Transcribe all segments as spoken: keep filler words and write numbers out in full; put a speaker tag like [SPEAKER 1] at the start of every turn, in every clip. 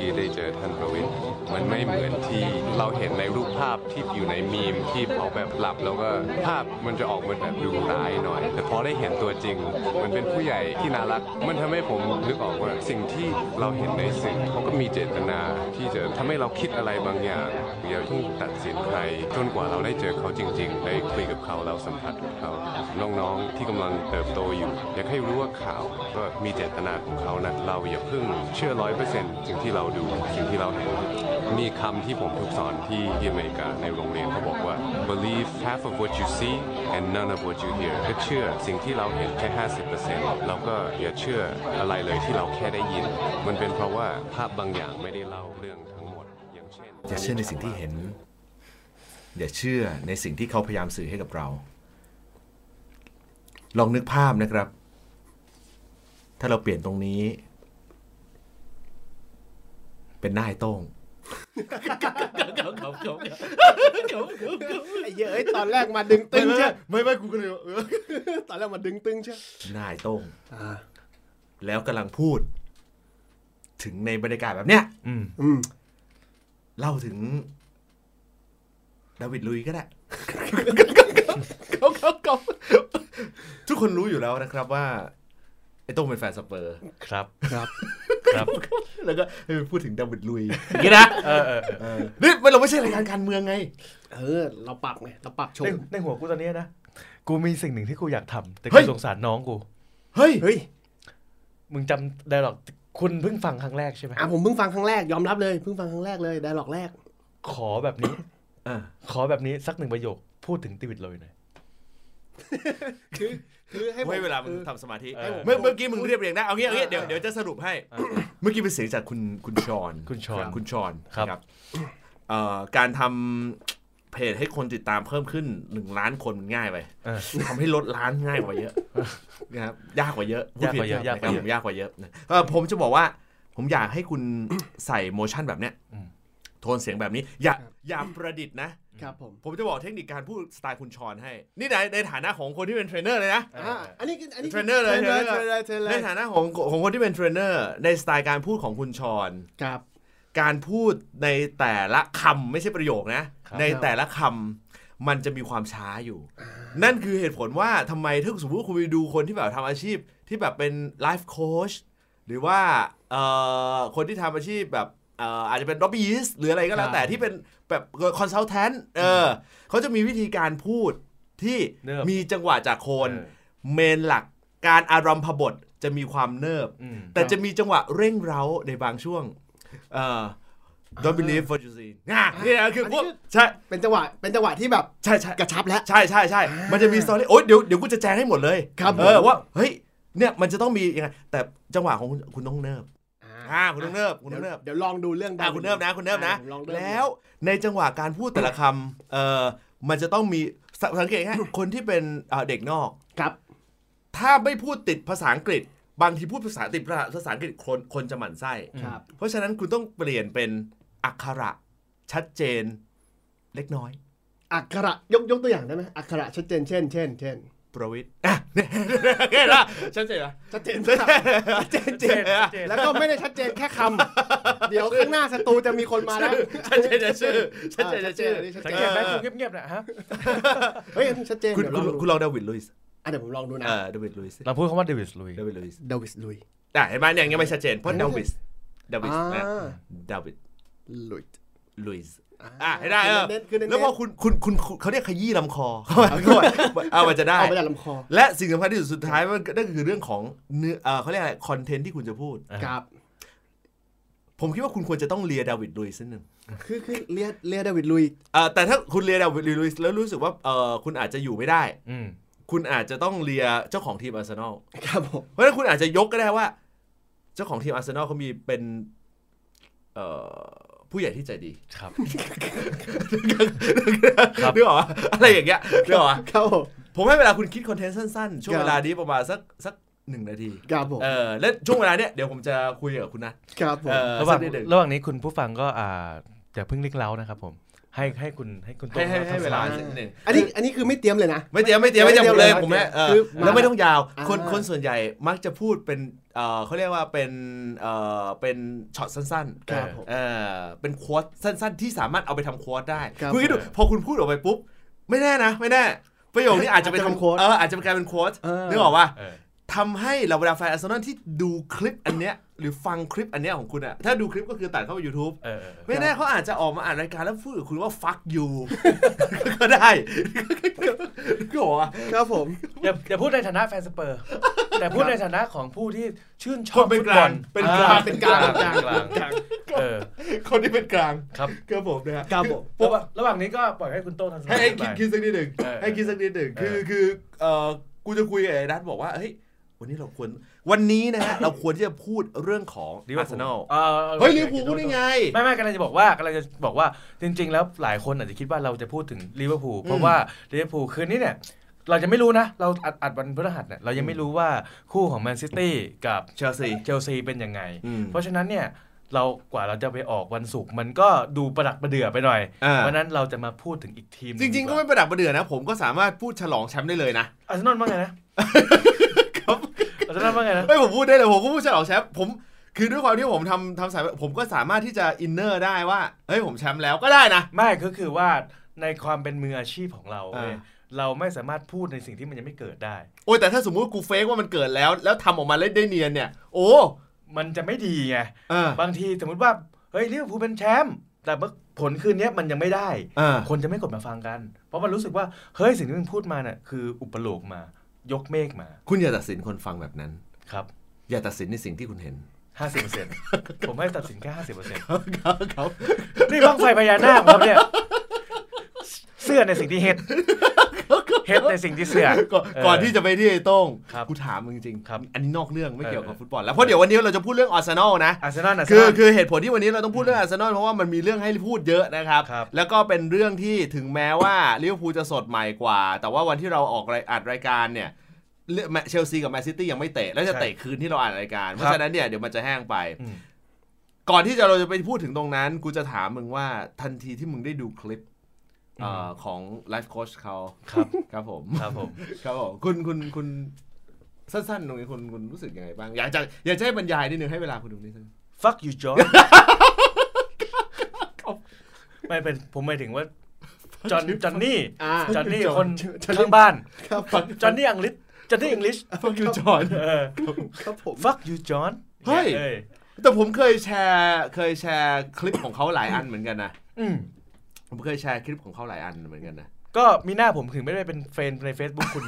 [SPEAKER 1] กี้ได้เจอท่านประวิตรมันไม่เหมือนที่เราเห็นในรูปภาพที่อยู่ในมีมที่ออกแบบหลับแล้วก็ภาพมันจะออกมาแบบดูร้ายหน่อยแต่พอได้เห็นตัวจริงมันเป็นผู้ใหญ่ที่น่ารักมันทำให้ผมนึกออกว่าสิ่งที่เราเห็นในสื่อเขาก็มีเจตนาที่จะทำให้เราคิดอะไรบางอย่างอย่าเพิ่งตัดสินใครจนกว่าเราได้เจอเขาจริงๆได้คุยกับเขาเราสัมผัสกับเขาน้องๆที่กำลังเติบโตอยู่อยากให้รู้ว่าข่าวก็มีเจตนาของเขานะเราอย่าเพิ่งเชื่อร้อยเปอร์เซ็นต์สิ่งที่เราดูสิ่งที่เราเห็นมีคำที่ผมถูกสอนที่ที่อเมริกาในโรงเรียนเขาบอกว่า believe half of what you see and none of what you hear ก็เชื่อสิ่งที่เราเห็นแค่ ห้าสิบเปอร์เซ็นต์ แล้วก็อย่าเชื่ออะไรเลยที่เราแค่ได้ยินมันเป็นเพราะว่าภาพบางอย่างไม่ได้เล่าเรื่องทั้งหมดอย่างเช่น
[SPEAKER 2] อย่าเชื่อในสิ่งที่เห็นอย่าเชื่อในสิ่งที่เขาพยายามสื่อให้กับเราลองนึกภาพนะครับถ้าเราเปลี่ยนตรงนี้เป็นหน้าไอ้โต้ง
[SPEAKER 3] ไอ้เหี้ยเอ้ยตอนแรกมาดึงตึงใช่
[SPEAKER 2] ไม่ไม่กูก็เลย
[SPEAKER 3] ตอนแรกมาดึงตึงใช่
[SPEAKER 2] หน้าไอ้โต้งแล้วกำลังพูดถึงในบรรยากาศแบบเนี้ยเล่าถึงดาวิดลุยก็ได้เขาเขาเขาทุกคนรู้อยู่แล้วนะครับว่าไอ้โต้งเป็นแฟนสเปอร์
[SPEAKER 4] ครับ
[SPEAKER 3] ครับ
[SPEAKER 4] ครับ
[SPEAKER 2] แล้วก็พูดถึงดาวิดลุยอย่างนี้นะเออเออเออนี่เราไม่ใช่รายการการเมืองไง
[SPEAKER 3] เออเราปรับไงเราปรับชม
[SPEAKER 4] ในหัวกูตอนนี้นะกูมีสิ่งหนึ่งที่กูอยากทำแต่กูสงสารน้องกู
[SPEAKER 2] เฮ้ย
[SPEAKER 3] เฮ้ย
[SPEAKER 4] มึงจำได้หรอกคุณเพิ่งฟังครั้งแรกใช่ไหม
[SPEAKER 3] อ่ะผมเพิ่งฟังครั้งแรกยอมรับเลยเพิ่งฟังครั้งแรกเลยไดอะล็อกแรก
[SPEAKER 4] ขอแบบนี้ขอแบบนี้สักหนึ่งประโยคพูดถึงดาวิดลุยหน่อย
[SPEAKER 2] คือคือให้เวลามึงทำสมาธิเมื่อเมื่อกี้มึงเรียบเรียงได้เอางี้เอางี้เดี๋ยวเดี๋ยวจะสรุปให้เมื่อกี้เป็นเสียงจากคุณคุณชอน
[SPEAKER 4] คุณชอน
[SPEAKER 2] คุณชอนครับการทำเพจให้คนติดตามเพิ่มขึ้นหนึ่งล้านคนมันง่ายไปทำให้ลดล้านง่ายกว่าเยอะนะครับยากกว่าเยอะ
[SPEAKER 4] ยากกว่าเยอะยากกว่าเยอะ
[SPEAKER 2] ยากกว่าเยอะผมจะบอกว่าผมอยากให้คุณใส่โมชั่นแบบเนี้ยโทนเสียงแบบนี้อย่าอย่าประดิษฐ์นะครับผมผมจะบอกเทคนิคการพูดสไตล์คุณชอนให้นี่ในในฐานะของคนที่เป็นเทรนเนอร์เลยนะ
[SPEAKER 3] อันนี้อันนี้
[SPEAKER 2] เทรนเนอร์เลยในฐานะของของคนที่เป็นเทรนเนอร์ในสไตล์การพูดของคุณชอน
[SPEAKER 3] ครับ
[SPEAKER 2] การพูดในแต่ละคำไม่ใช่ประโยคนะในแต่ละคำมันจะมีความช้าอยู่นั่นคือเหตุผลว่าทำไมถ้าสมมติคุณไปดูคนที่แบบทำอาชีพที่แบบเป็นไลฟ์โค้ชหรือว่าคนที่ทำอาชีพแบบอาจจะเป็นล็อบบี้ยิสต์หรืออะไรก็แล้วแต่ที่เป็นแบบคอนซัลแทนต์เออเขาจะมีวิธีการพูดที่มีจังหวะจากโคนเมนหลักการอารัมพบทจะมีความเนิบแต่จะมีจังหวะเร่งเร้าในบางช่วงเอ่อ don't believe what you see อ่ะนี่คือพวกใช่
[SPEAKER 3] เป็นจังหวะเป็นจังหวะที่แบบ
[SPEAKER 2] ใช่ใช่
[SPEAKER 3] กระชับแล้ว
[SPEAKER 2] ใช่ใช่ใช่มันจะมีสตอรี่โอ๊ยเดี๋ยวเดี๋ยวกูจะแจ้งให้หมดเลยเออว่าเฮ้ยเนี่ยมันจะต้องมียังไงแต่จังหวะของคุณต้องเนิบอ่าคุณต้องเนิบคุณต้องเนิบ
[SPEAKER 3] เดี๋ยวลองดูเรื่อง
[SPEAKER 2] อ่าคุณเนิบนะคุณเนิบนะแล้วในจังหวะการพูดแต่ละคำเอ่อมันจะต้องมีสังเกตแค่คนที่เป็นเด็กนอก
[SPEAKER 3] ครับ
[SPEAKER 2] ถ้าไม่พูดติดภาษาอังกฤษบางทีพูดภาษาติดภาษาอังกฤษคนคนจะหมั่นไส้เพราะฉะนั้นคุณต้องเปลี่ยนเป็นอักขระชัดเจนเล็กน้อย
[SPEAKER 3] อักขระยกยกตัวอย่างได้ไหมอักขระชัดเจนเช่นเช่นเช่น
[SPEAKER 2] ประวิตรอ่ะเนี่ยนะชัดเจนเหรอ
[SPEAKER 3] ชัดเจนชัดเจนเจนแล้วก็ไม่ได้ชัดเจนแค่คำเดี๋ยวข้างหน้าศัตรูจะมีคนมาแล้ว
[SPEAKER 2] ชัดเจนจะชื่อชัดเจนจะชื่อ
[SPEAKER 4] สังเกตไหมคุณเงียบๆนะฮะ
[SPEAKER 3] เฮ้ยชัดเจน
[SPEAKER 2] คุณคุณลองดาวิดลุยส์
[SPEAKER 3] อ่ะเดี๋ยวผมลองดูนะ
[SPEAKER 2] อ่าดาวิดลุยส์
[SPEAKER 4] เราพูดคำว่าดาวิดลุย
[SPEAKER 2] ดาวิดลุยส์
[SPEAKER 3] ดาวิดลุย
[SPEAKER 2] อ่ะเห็นไหมเนี่ยยังไม่ชัดเจนเพราะดาวิดดาวิดนะดาวิด
[SPEAKER 3] ลุย
[SPEAKER 2] ลุยส์อ่ะให้ได้เออแล้วพอคุณคุณคุณเขาเรียกขยี้ลำคอเอามันจะได้
[SPEAKER 3] เอาไปจากลำคอ
[SPEAKER 2] และสิ่งสำคัญที่สุดสุดท้ายมันนั่นคือเรื่องของเนื้อเออเขาเรียกอะไรคอนเทนต์ที่คุณจะพูด
[SPEAKER 3] ครับ
[SPEAKER 2] ผมคิดว่าคุณควรจะต้องเลียดาวิดลุยส์นิดนึง
[SPEAKER 3] คือคือเลียเลียดาวิดลุยส์
[SPEAKER 2] เออแต่ถ้าคุณเลียดาวิดลุยส์แล้วรู้สึกว่าเออคุณอาจจะอยู่ไม่ได้คุณอาจจะต้องเลียเจ้าของทีมอาร์เซนอล
[SPEAKER 3] ครับผม
[SPEAKER 2] เพราะฉะนั้นคุณอาจจะยกก็ได้ว่าเจ้าของทีมอาร์เซนอลเขามีเป็นเอ่อผู้ใหญ่ที่ใจดี
[SPEAKER 4] ครับ
[SPEAKER 2] นึกออกว่าอะไรอย่างเงี้ยนึกออกว่า
[SPEAKER 3] ครับ
[SPEAKER 2] ผมให้เวลาคุณคิดคอนเทนต์สั้นๆช่วงเวลานี้ประมาณสักสักหนึ่งนาที
[SPEAKER 3] ครับผม
[SPEAKER 2] เออและช่วงเวลาเนี้ยเดี๋ยวผมจะคุยกับคุณนะครับ
[SPEAKER 3] ผม
[SPEAKER 4] ระหว่างระหว่างนี้คุณผู้ฟังก็อ่าอย่าเพิ่งเลิกเล้านะครับผมให้ให้คุณให้คุณ
[SPEAKER 2] ให้ให้ให้เวลา
[SPEAKER 4] ทำ
[SPEAKER 2] นิดนึง
[SPEAKER 3] อันนี้อันนี้คือไม่เตรียมเลยนะ
[SPEAKER 2] ไม่เตรียมไม่เตรียมไม่เตรียมเลยผมเนี่ยเออ
[SPEAKER 3] คือ
[SPEAKER 2] แล้วไม่ต้องยาว
[SPEAKER 3] อ่า
[SPEAKER 2] คนคนส่วนใหญ่มักจะพูดเป็นเออเขาเรียกว่าเป็นเออเป็นช็อตสั้นๆ
[SPEAKER 3] ครับผม
[SPEAKER 2] เออเป็นโค้ดสั้นๆ ที่สามารถเอาไปทำโค้ดได้
[SPEAKER 3] ครับ
[SPEAKER 2] คุณคิดดูพอคุณพูดออกไปปุ๊บไม่แน่นะไม่แน่ประโยคนี้อาจจะไป
[SPEAKER 3] อาจจะเป็น
[SPEAKER 2] ทำ
[SPEAKER 3] โค้ด
[SPEAKER 2] เอออาจจะเป็นกลายเป็นโค้ด
[SPEAKER 3] เออ
[SPEAKER 2] นึกออกป่ะ
[SPEAKER 4] เออ
[SPEAKER 2] ทำให้เราบรรดาแฟนอาร์เซนอลที่ดูคลิปอันเนี้ยหรือฟังคลิปอันเนี้ยของคุณอะถ้าดูคลิปก็คือตัดเข้าไป YouTube
[SPEAKER 4] เออเออ
[SPEAKER 2] ไม่แน่เขาอาจจะออกมาอ่านรายการแล้วพูดกับคุณว่า fuck you ก็ได้ก็บอกว่า
[SPEAKER 3] ครับผม
[SPEAKER 4] อย่าอย่าพูดในฐานะแฟนสเปอร์ แต่พูดในฐานะของผู้ที่ชื่นช
[SPEAKER 2] ค
[SPEAKER 4] อบ
[SPEAKER 2] นเป็น
[SPEAKER 4] ฟุต
[SPEAKER 2] ก
[SPEAKER 4] บอ
[SPEAKER 2] ลาง
[SPEAKER 4] ล
[SPEAKER 2] เป็นกลาง
[SPEAKER 4] อ่
[SPEAKER 3] เป็นกลาง
[SPEAKER 4] กลางกลางกลางเออ
[SPEAKER 2] คนที่เป็นกลาง
[SPEAKER 4] ครับ
[SPEAKER 2] ก็ผมนะฮะ
[SPEAKER 3] ครับผม
[SPEAKER 4] ระหว่างระหว่างนี้ก็ปล่อยให้คุณโต้ทำ
[SPEAKER 2] ให้ให้คิดคิดสักนิดหนึ่ง
[SPEAKER 4] เออ
[SPEAKER 2] ให้คิดสักนิดหนึ่ง
[SPEAKER 4] เออ
[SPEAKER 2] คือคือเอ่อกูจะคุยกับไอ้นัทบอกว่าเฮ้ยวันนี้เราควรวันนี้นะฮะ เราควรที่จะพูดเรื่องของอาร์เซนอล
[SPEAKER 4] เออ
[SPEAKER 2] เฮ้ยลิเวอร์พูลพูดได้ไง
[SPEAKER 4] ไม่ไม่กำลังจะบอกว่ากำลังจะบอกว่าจริง ๆ แล้วหลายคนอาจจะคิดว่าเราจะพูดถึงลิเวอร์พูลเพราะว่าลิเวอร์พูลคืนนี้เนี่ยเราจะไม่รู้นะเราอัดอัดวันพฤหัสเนี่ยเรายังไม่รู้ว่าคู่ของแมนซิตี้กับ
[SPEAKER 2] เชลซี
[SPEAKER 4] เชลซีเป็นยังไง
[SPEAKER 2] อืม
[SPEAKER 4] เพราะฉะนั้นเนี่ยเรากว่าเราจะไปออกวันศุกร์มันก็ดูประดักประเดือไปหน่อย
[SPEAKER 2] อ่า
[SPEAKER 4] เพราะฉะนั้นเราจะมาพูดถึงอีกทีม
[SPEAKER 2] จริง ๆ ก็ไม่ประดับประเดือนะ ผมก็สามารถพูดฉลองแชมป์ได้เลยนะ
[SPEAKER 4] อาร์เซนอลว่าไงนะ
[SPEAKER 2] ครับ
[SPEAKER 4] อาร์เซนอลว่าไงนะ
[SPEAKER 2] ไม่ผมพูดได้เลยผมก็พูดฉลองแชมป์ผมคือด้วยความที่ผมทำทำสายผมก็สามารถที่จะอินเนอร์ได้ว่าเฮ้ยผมแชมป์แล้วก็ได้นะ
[SPEAKER 4] ไม่ก็คือว่าในความเป็นมืออาชีพของเรา
[SPEAKER 2] อ่า
[SPEAKER 4] เว้ยเราไม่สามารถพูดในสิ่งที่มันยังไม่เกิดได้
[SPEAKER 2] โอ้ยแต่ถ้าสมมุติกูเฟกว่ามันเกิดแล้ว แล้วทำออกมาเล่นได้เนียนเนี่ย โอ้
[SPEAKER 4] มันจะไม่ดีไง
[SPEAKER 2] เออบ
[SPEAKER 4] างทีสมมติว่าเฮ้ยลิเวอร์พูลเป็นแชมป์แต่ผลคืนนี้มันยังไม่ได้
[SPEAKER 2] เออ
[SPEAKER 4] คนจะไม่กดมาฟังกัน เพราะมันรู้สึกว่าเฮ้ยสิ่งที่มึงพูดมาเนี่ยคืออุปโลกมายกเมฆมา
[SPEAKER 2] คุณอย่าตัดสินคนฟังแบบนั้น
[SPEAKER 4] ครับ
[SPEAKER 2] อย่าตัดสินในสิ่งที่คุณเห็น
[SPEAKER 4] ห้าสิบเปอร์เซ็นต์ ผมให้ตัดสินแค่ห้าสิบเปอร์เซ็นต์
[SPEAKER 2] ครับครับ
[SPEAKER 4] นี่บ้างไฟพญานาคครับเนี่ยเสื้อในสิ่งที่เฮ็ดเฮ็ดในสิ่งที่เสื้อ
[SPEAKER 2] ก่อนก่อนที่จะไปที่ไอ้โต้ง
[SPEAKER 4] ครับ
[SPEAKER 2] กูถามมึงจริง
[SPEAKER 4] ครับ
[SPEAKER 2] อันนี้นอกเรื่องไม่เกี่ยวกับ
[SPEAKER 4] เออ
[SPEAKER 2] ฟุตบอลแล้วเพราะเดี๋ยววันนี้เราจะพูดเรื่องอาร์เซนอลนะ
[SPEAKER 4] อาร์เซนอลนะ
[SPEAKER 2] คือคือเหตุผลที่วันนี้เราต้องพูดเรื่องอาร์เซนอลเพราะว่ามันมีเรื่องให้พูดเยอะนะครับ
[SPEAKER 4] ครับ
[SPEAKER 2] แล้วก็เป็นเรื่องที่ถึงแม้ว่าลิเวอร์พูลจะสดใหม่กว่า แต่ว่าวันที่เราออกรายอัดรายการเนี่ยเชลซีกับแมนซิตี้ยังไม่เตะแล้วจะเตะคืนที่เราอัดรายการเพราะฉะนั้นเนี่ยเดี๋ยวมันจะแห้งไป
[SPEAKER 4] อืม
[SPEAKER 2] ก่อนที่จะเราจะไปพูดถึงตรงนั้น กูจะถามมึงว่าทันทีที่มึงได้ดูคลิปเอ่อของไลฟ์โค้ชเขา
[SPEAKER 4] ครับ
[SPEAKER 2] ครับผม
[SPEAKER 4] ครับผม
[SPEAKER 2] ครับผมคุณคุณคุณสั้นๆตรงนี้คุณคุณรู้สึกยังไงบ้าง อยากจะอยากจะให้บรรยายนิดนึงให้เวลาคุณดูนิดนึง
[SPEAKER 4] fuck you John ไม่เป็นผมหมายถึงว่าจอห์นจอห์นนี่
[SPEAKER 3] อ่า
[SPEAKER 4] จอห์นนี่
[SPEAKER 2] John
[SPEAKER 4] คน
[SPEAKER 3] จอห์นนี่
[SPEAKER 4] ข้างบ้าน
[SPEAKER 3] ครับ
[SPEAKER 4] จอห์นนี่อังกฤษจอห์นนี่อังกฤษ
[SPEAKER 2] ฟังยูจอน
[SPEAKER 4] เออ
[SPEAKER 3] ครับผม
[SPEAKER 4] fuck you John
[SPEAKER 2] เฮ้ย
[SPEAKER 4] อ้
[SPEAKER 2] แต่ผมเคยแชร์เคยแชร์คลิปของเขาหลายอันเหมือนกันนะ
[SPEAKER 4] อืม
[SPEAKER 2] ผมเคยแชร์คลิปของเขาหลายอันเหมือนกันนะ
[SPEAKER 4] ก็มีหน้าผมถึงไม่ได้เป็นเฟรนด์ใน Facebook คุณไง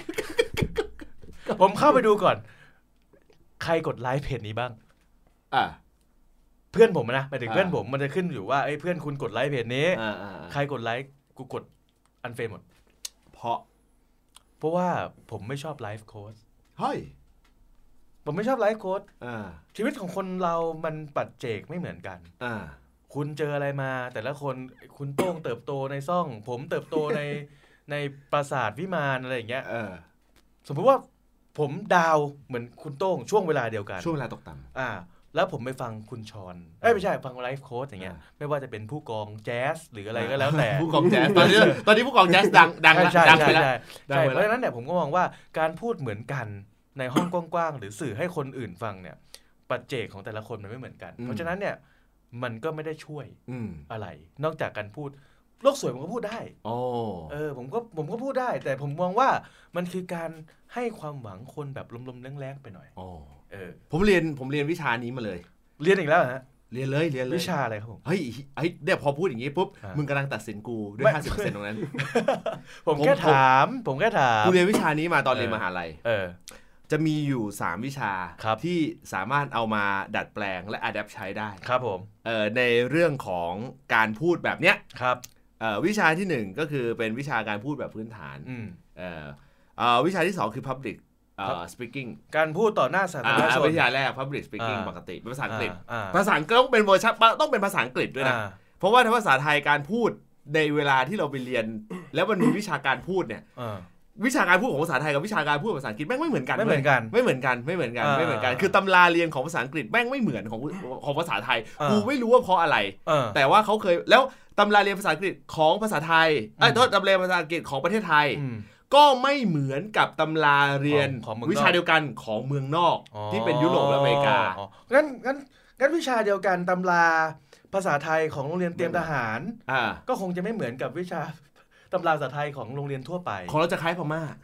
[SPEAKER 4] ผมเข้าไปดูก่อน ใครกดไลค์เพจนี้บ้าง
[SPEAKER 2] อ่า
[SPEAKER 4] เพื่อนผมนะหมายถึง
[SPEAKER 2] อ่า
[SPEAKER 4] เพื่อนผมมันจะขึ้นอยู่ว่าเอ้ยเพื่อนคุณกดไลค์เพจนี้
[SPEAKER 2] อ่าอ่า
[SPEAKER 4] ใครกดไลค์กูกดอันเฟรนหมด
[SPEAKER 2] เพราะ
[SPEAKER 4] เพราะว่าผมไม่ชอบไลฟ์โค้ด
[SPEAKER 2] เฮ้ย
[SPEAKER 4] ผมไม่ชอบไลฟ์โค้ด
[SPEAKER 2] อ่า
[SPEAKER 4] ชีวิตของคนเรามันปัจเจกไม่เหมือนกัน
[SPEAKER 2] อ่า
[SPEAKER 4] คุณเจออะไรมา แต่ละคนคุณโต้งเติบโตในซ่อง ผมเติบโตใน ในปราสาทวิมานอะไรอย่างเงี้ย
[SPEAKER 2] เออ
[SPEAKER 4] สมมติว่าผมดาวเหมือนคุณโต้งช่วงเวลาเดียวกัน
[SPEAKER 2] ช่วงเวลาตกต่ำ
[SPEAKER 4] อ่า แล้วผมไปฟังคุณชอนเอ้ยไม่ใช่ฟังไลฟ์โค้ดอย่างเงี้ย
[SPEAKER 2] อ่า
[SPEAKER 4] ไม่ว่าจะเป็นผู้กองแจ๊สหรืออะไรก็แล้วแต่
[SPEAKER 2] ผู้กองแจ๊สตอนนี้ตอนนี้ผู้กองแจ๊สดังดังแล้ว
[SPEAKER 4] ใช่
[SPEAKER 2] ดัง
[SPEAKER 4] ใช่
[SPEAKER 2] ไปแล้ว
[SPEAKER 4] ใช่
[SPEAKER 2] ดัง
[SPEAKER 4] ใช่
[SPEAKER 2] ไปแล้ว
[SPEAKER 4] เพราะฉะนั้นเนี่ยผมก็มองว่าการพูดเหมือนกันในห้องกว้างๆหรือสื่อให้คนอื่นฟังเนี่ยปัจเจกของแต่ละคนมันไม่เหมือนกัน เพราะฉะนั้นเนี่ยมันก็ไม่ได้ช่วย
[SPEAKER 2] อืม
[SPEAKER 4] อะไร นอกจากการพูดโลกสวยผมก็พูดได้
[SPEAKER 2] โอ้
[SPEAKER 4] เออผมก็ผมก็พูดได้ แต่ผมมองว่ามันคือการให้ความหวังคนแบบลมๆแรงๆไปหน่อย
[SPEAKER 2] โอ้
[SPEAKER 4] เออ
[SPEAKER 2] ผมเรียนผมเรียนวิชานี้มาเลย
[SPEAKER 4] เรียนอีกแล้วเหรอฮะ
[SPEAKER 2] เรียนเลยเรียนเลย
[SPEAKER 4] วิชาอะไรครับผม
[SPEAKER 2] เฮ้ยเฮ้ยเนี่ยพอพูดอย่างนี้ปุ๊บ
[SPEAKER 4] อ่ามึ
[SPEAKER 2] มึงกำลังตัดสินกูด้วย
[SPEAKER 4] ไม่
[SPEAKER 2] ห้าสิบเปอร์เซ็นต์ตรงนั้น
[SPEAKER 4] ผม
[SPEAKER 2] ผม
[SPEAKER 4] แค่
[SPEAKER 2] ผม
[SPEAKER 4] ถาม ผมแค่ถาม
[SPEAKER 2] กูเรียนวิชานี้มาตอน
[SPEAKER 4] เออ
[SPEAKER 2] เรียนมหาลัย
[SPEAKER 4] เออ
[SPEAKER 2] จะมีอยู่สามวิชา
[SPEAKER 4] ครับ
[SPEAKER 2] ที่สามารถเอามาดัดแปลงและอัดแอปใช้ได้
[SPEAKER 4] ครับผม
[SPEAKER 2] เอ่อในเรื่องของการพูดแบบเนี้ย
[SPEAKER 4] ครับ
[SPEAKER 2] เอ่อวิชาที่หนึ่งก็คือเป็นวิชาการพูดแบบพื้นฐาน
[SPEAKER 4] อืม
[SPEAKER 2] เอ่อเอ่อวิชาที่สองคือ public เอ่
[SPEAKER 4] ครั
[SPEAKER 2] อบ speaking
[SPEAKER 4] การพูดต่อหน้าสาธารณ
[SPEAKER 2] อ่า
[SPEAKER 4] ชน
[SPEAKER 2] วิชาแรก public speaking
[SPEAKER 4] อ่า
[SPEAKER 2] ปกติเป็นภาษาอังกฤษ
[SPEAKER 4] อ่า
[SPEAKER 2] ภาษาอังกฤษต้องเป็นเวอร์ชันต้องเป็นภาษาอังกฤษด้วยนะ
[SPEAKER 4] อ่า
[SPEAKER 2] เพราะว่าถ้าภาษาไทยการพูดในเวลาที่เราไปเรียน แล้วมันมีวิชาการพูดเนี่ย
[SPEAKER 4] อ่า
[SPEAKER 2] วิชาการพูดของภาษาไทยกับวิชาการพูดภาษาอังกฤษแม่งไม่เหมือนกัน
[SPEAKER 4] ไม่เหมือนกัน
[SPEAKER 2] ไม่เหมือนกันไม่เหมือนกันไม่เหมือนกันคือตำราเรียนของภาษาอังกฤษแม่งไม่เหมือนของของภาษาไทยกูไม่รู้ว่าเพราะอะไรแต่ว่าเขาเคยแล้วตำราเรียนภาษาอังกฤษของภาษาไทยไอ้โทษตำราเรียนภาษาอังกฤษของประเทศไทยก็ไม่เหมือนกับตำราเรียนวิชาเดียวกันของเมืองนอกที่เป็นยุโรปและอเมริกา
[SPEAKER 4] งั้นงั้นงั้นวิชาเดียวกันตำราภาษาไทยของโรงเรียนเตรียมทหารก็คงจะไม่เหมือนกับวิชาตำราภาษาไทยของโรงเรียนทั่วไป
[SPEAKER 2] ของเราจะคล้ายพม่า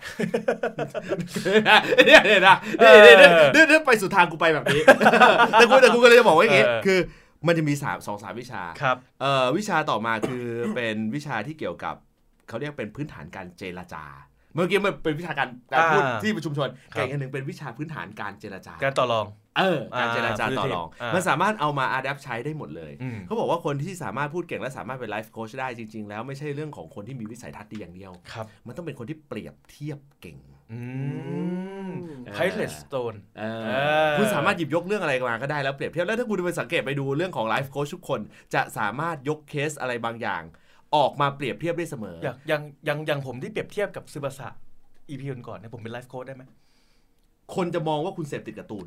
[SPEAKER 2] เนี่ยเนี่ยนะเนี่ยเนี่ยเนี่ยไปสุดทางกูไปแบบนี้แต่กูแต่กูก็เลยจะบอกว่าอย่างงี้คือมันจะมีสามสองสามวิชา
[SPEAKER 4] ครับ
[SPEAKER 2] เอ่อวิชาต่อมาคือเป็นวิชาที่เกี่ยวกับเขาเรียกเป็นพื้นฐานการเจรจาเมื่อกี้มันเป็นวิชาการการพูดที่ประชุมชนแต่อีกอันหนึ่งเป็นวิชาพื้นฐานการเจรจาก
[SPEAKER 4] ารต่อรอง
[SPEAKER 2] เออการเจรจาต่อรองมันสามารถเอามาอัดแอปใช้ได้หมดเลยเขาบอกว่าคนที่สามารถพูดเก่งและสามารถเป็นไลฟ์โค้ชได้จริงๆแล้วไม่ใช่เรื่องของคนที่มีวิสัยทัศน์ดีอย่างเดียวมันต้องเป็นคนที่เปรียบเทียบเก่ง
[SPEAKER 4] ไพเลสโตน
[SPEAKER 2] คุณสามารถหยิบยกเรื่องอะไรมาก็ได้แล้วเปรียบเทียบแล้วถ้าคุณไปสังเกตไปดูเรื่องของไลฟ์โค้ชทุกคนจะสามารถยกเคสอะไรบางอย่างออกมาเปรียบเทียบได้เสมอ
[SPEAKER 4] อย่างอย่างอย่างอย่างผมที่เปรียบเทียบกับซึบาสะ อี พี ก่อนๆเนี่ยผมเป็นไลฟ์โค้ชได้ไหม
[SPEAKER 2] คนจะมองว่าคุณเสพติดการ์ตูน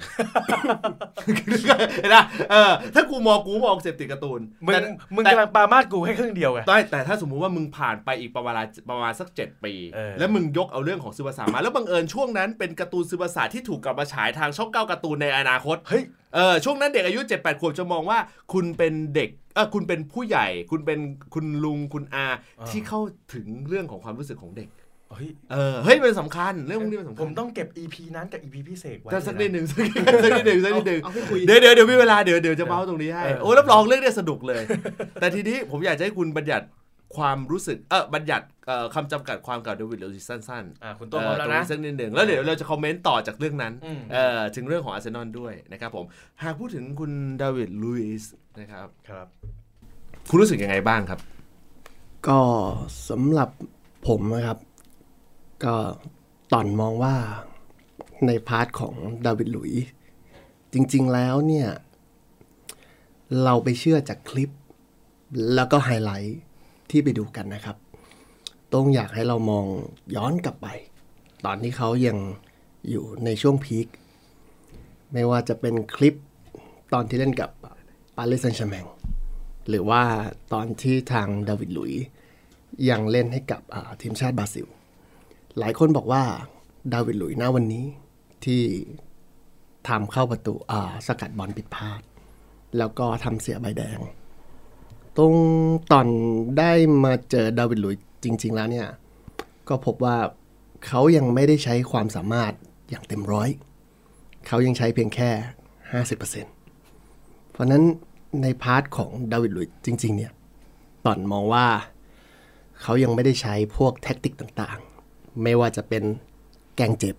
[SPEAKER 2] เห็นไหมเออถ้ากูมองกูมองเสพติดการ์ตูน
[SPEAKER 4] มึงมึงกำลังปามาดกูแค่ครึ่งเดียวไง
[SPEAKER 2] แต่แต่ถ้าสมมุติว่ามึงผ่านไปอีกประมาณประมาณสักเจ็ดปีแล้วมึงยกเอาเรื่องของซึบาสะมาแล้วบังเอิญช่วงนั้นเป็นการ์ตูนซึบาสะที่ถูกกลับมาฉายทางช่องเก้าการ์ตูนในอนาคต
[SPEAKER 4] เฮ้ย
[SPEAKER 2] เออช่วงนั้นเด็กอายุ เจ็ดแปด ขวบจะมองว่าคุณเป็นเด็กเออคุณเป็นผู้ใหญ่คุณเป็นคุณลุงคุณอาที่เข้าถึงเรื่องของความรู้สึกของเด็ก
[SPEAKER 4] เฮ้ย
[SPEAKER 2] เออเฮ้ยมันสำคัญเรื่องพวกนี้มันสำคัญ
[SPEAKER 4] ผมต้องเก็บ อี พี นั้นกับ อี พี พิเศษไว้
[SPEAKER 2] สักนิดหนึ่งสักนิดหนึ่งสักนิดหนึ่งเดี๋ยวเดี๋ยวเดี๋ยวมีเวลาเดี๋ยวเดี๋ยวจะเมาส์ตรงนี้ให้โอ้รับรองเรื่องนี้สนุกเลยแต่ทีนี้ผมอยากจะให้คุณบัญญัติความรู้สึกเออบัญญัติคำจำกัดความกับเดวิดเลวิสสั้น
[SPEAKER 4] ๆอ่าคุณต้องเอาแล้วนะ
[SPEAKER 2] สักนิดหนึ่งแล้วเดี๋ยวเราจะคอมเมนต์ต่อจากเรื่องนั้นเอ่อถึงเรื่องของอาร์เซนอลด้วยนะครับผมหากพูดถึงคุณเดวิดลุยส์นะครับ
[SPEAKER 4] ครับ
[SPEAKER 2] คุณรู้สึกยังไงบ้างครับ
[SPEAKER 3] ก็สำหรับผมนะครับก็ต่อนมองว่าในพาร์ทของดาวิดหลุยส์จริงๆแล้วเนี่ยเราไปเชื่อจากคลิปแล้วก็ไฮไลท์ที่ไปดูกันนะครับต้องอยากให้เรามองย้อนกลับไปตอนที่เขายังอยู่ในช่วงพีคไม่ว่าจะเป็นคลิปตอนที่เล่นกับปารีสแซงต์แชร์แมงหรือว่าตอนที่ทางดาวิดหลุยส์ยังเล่นให้กับทีมชาติบราซิลหลายคนบอกว่าดาวิดหลุยส์ณวันนี้ที่ทำเข้าประตูสกัดบอลผิดพลาดแล้วก็ทำเสียใบแดงตรงตอนได้มาเจอดาวิดหลุยส์จริงๆแล้วเนี่ยก็พบว่าเขายังไม่ได้ใช้ความสามารถอย่างเต็มร้อยเขายังใช้เพียงแค่ ห้าสิบเปอร์เซ็นต์ เพราะนั้นในพาร์ทของดาวิดหลุยส์จริงๆเนี่ยตอนมองว่าเขายังไม่ได้ใช้พวกแท็กติกต่างๆไม่ว่าจะเป็นแกงเจ็บ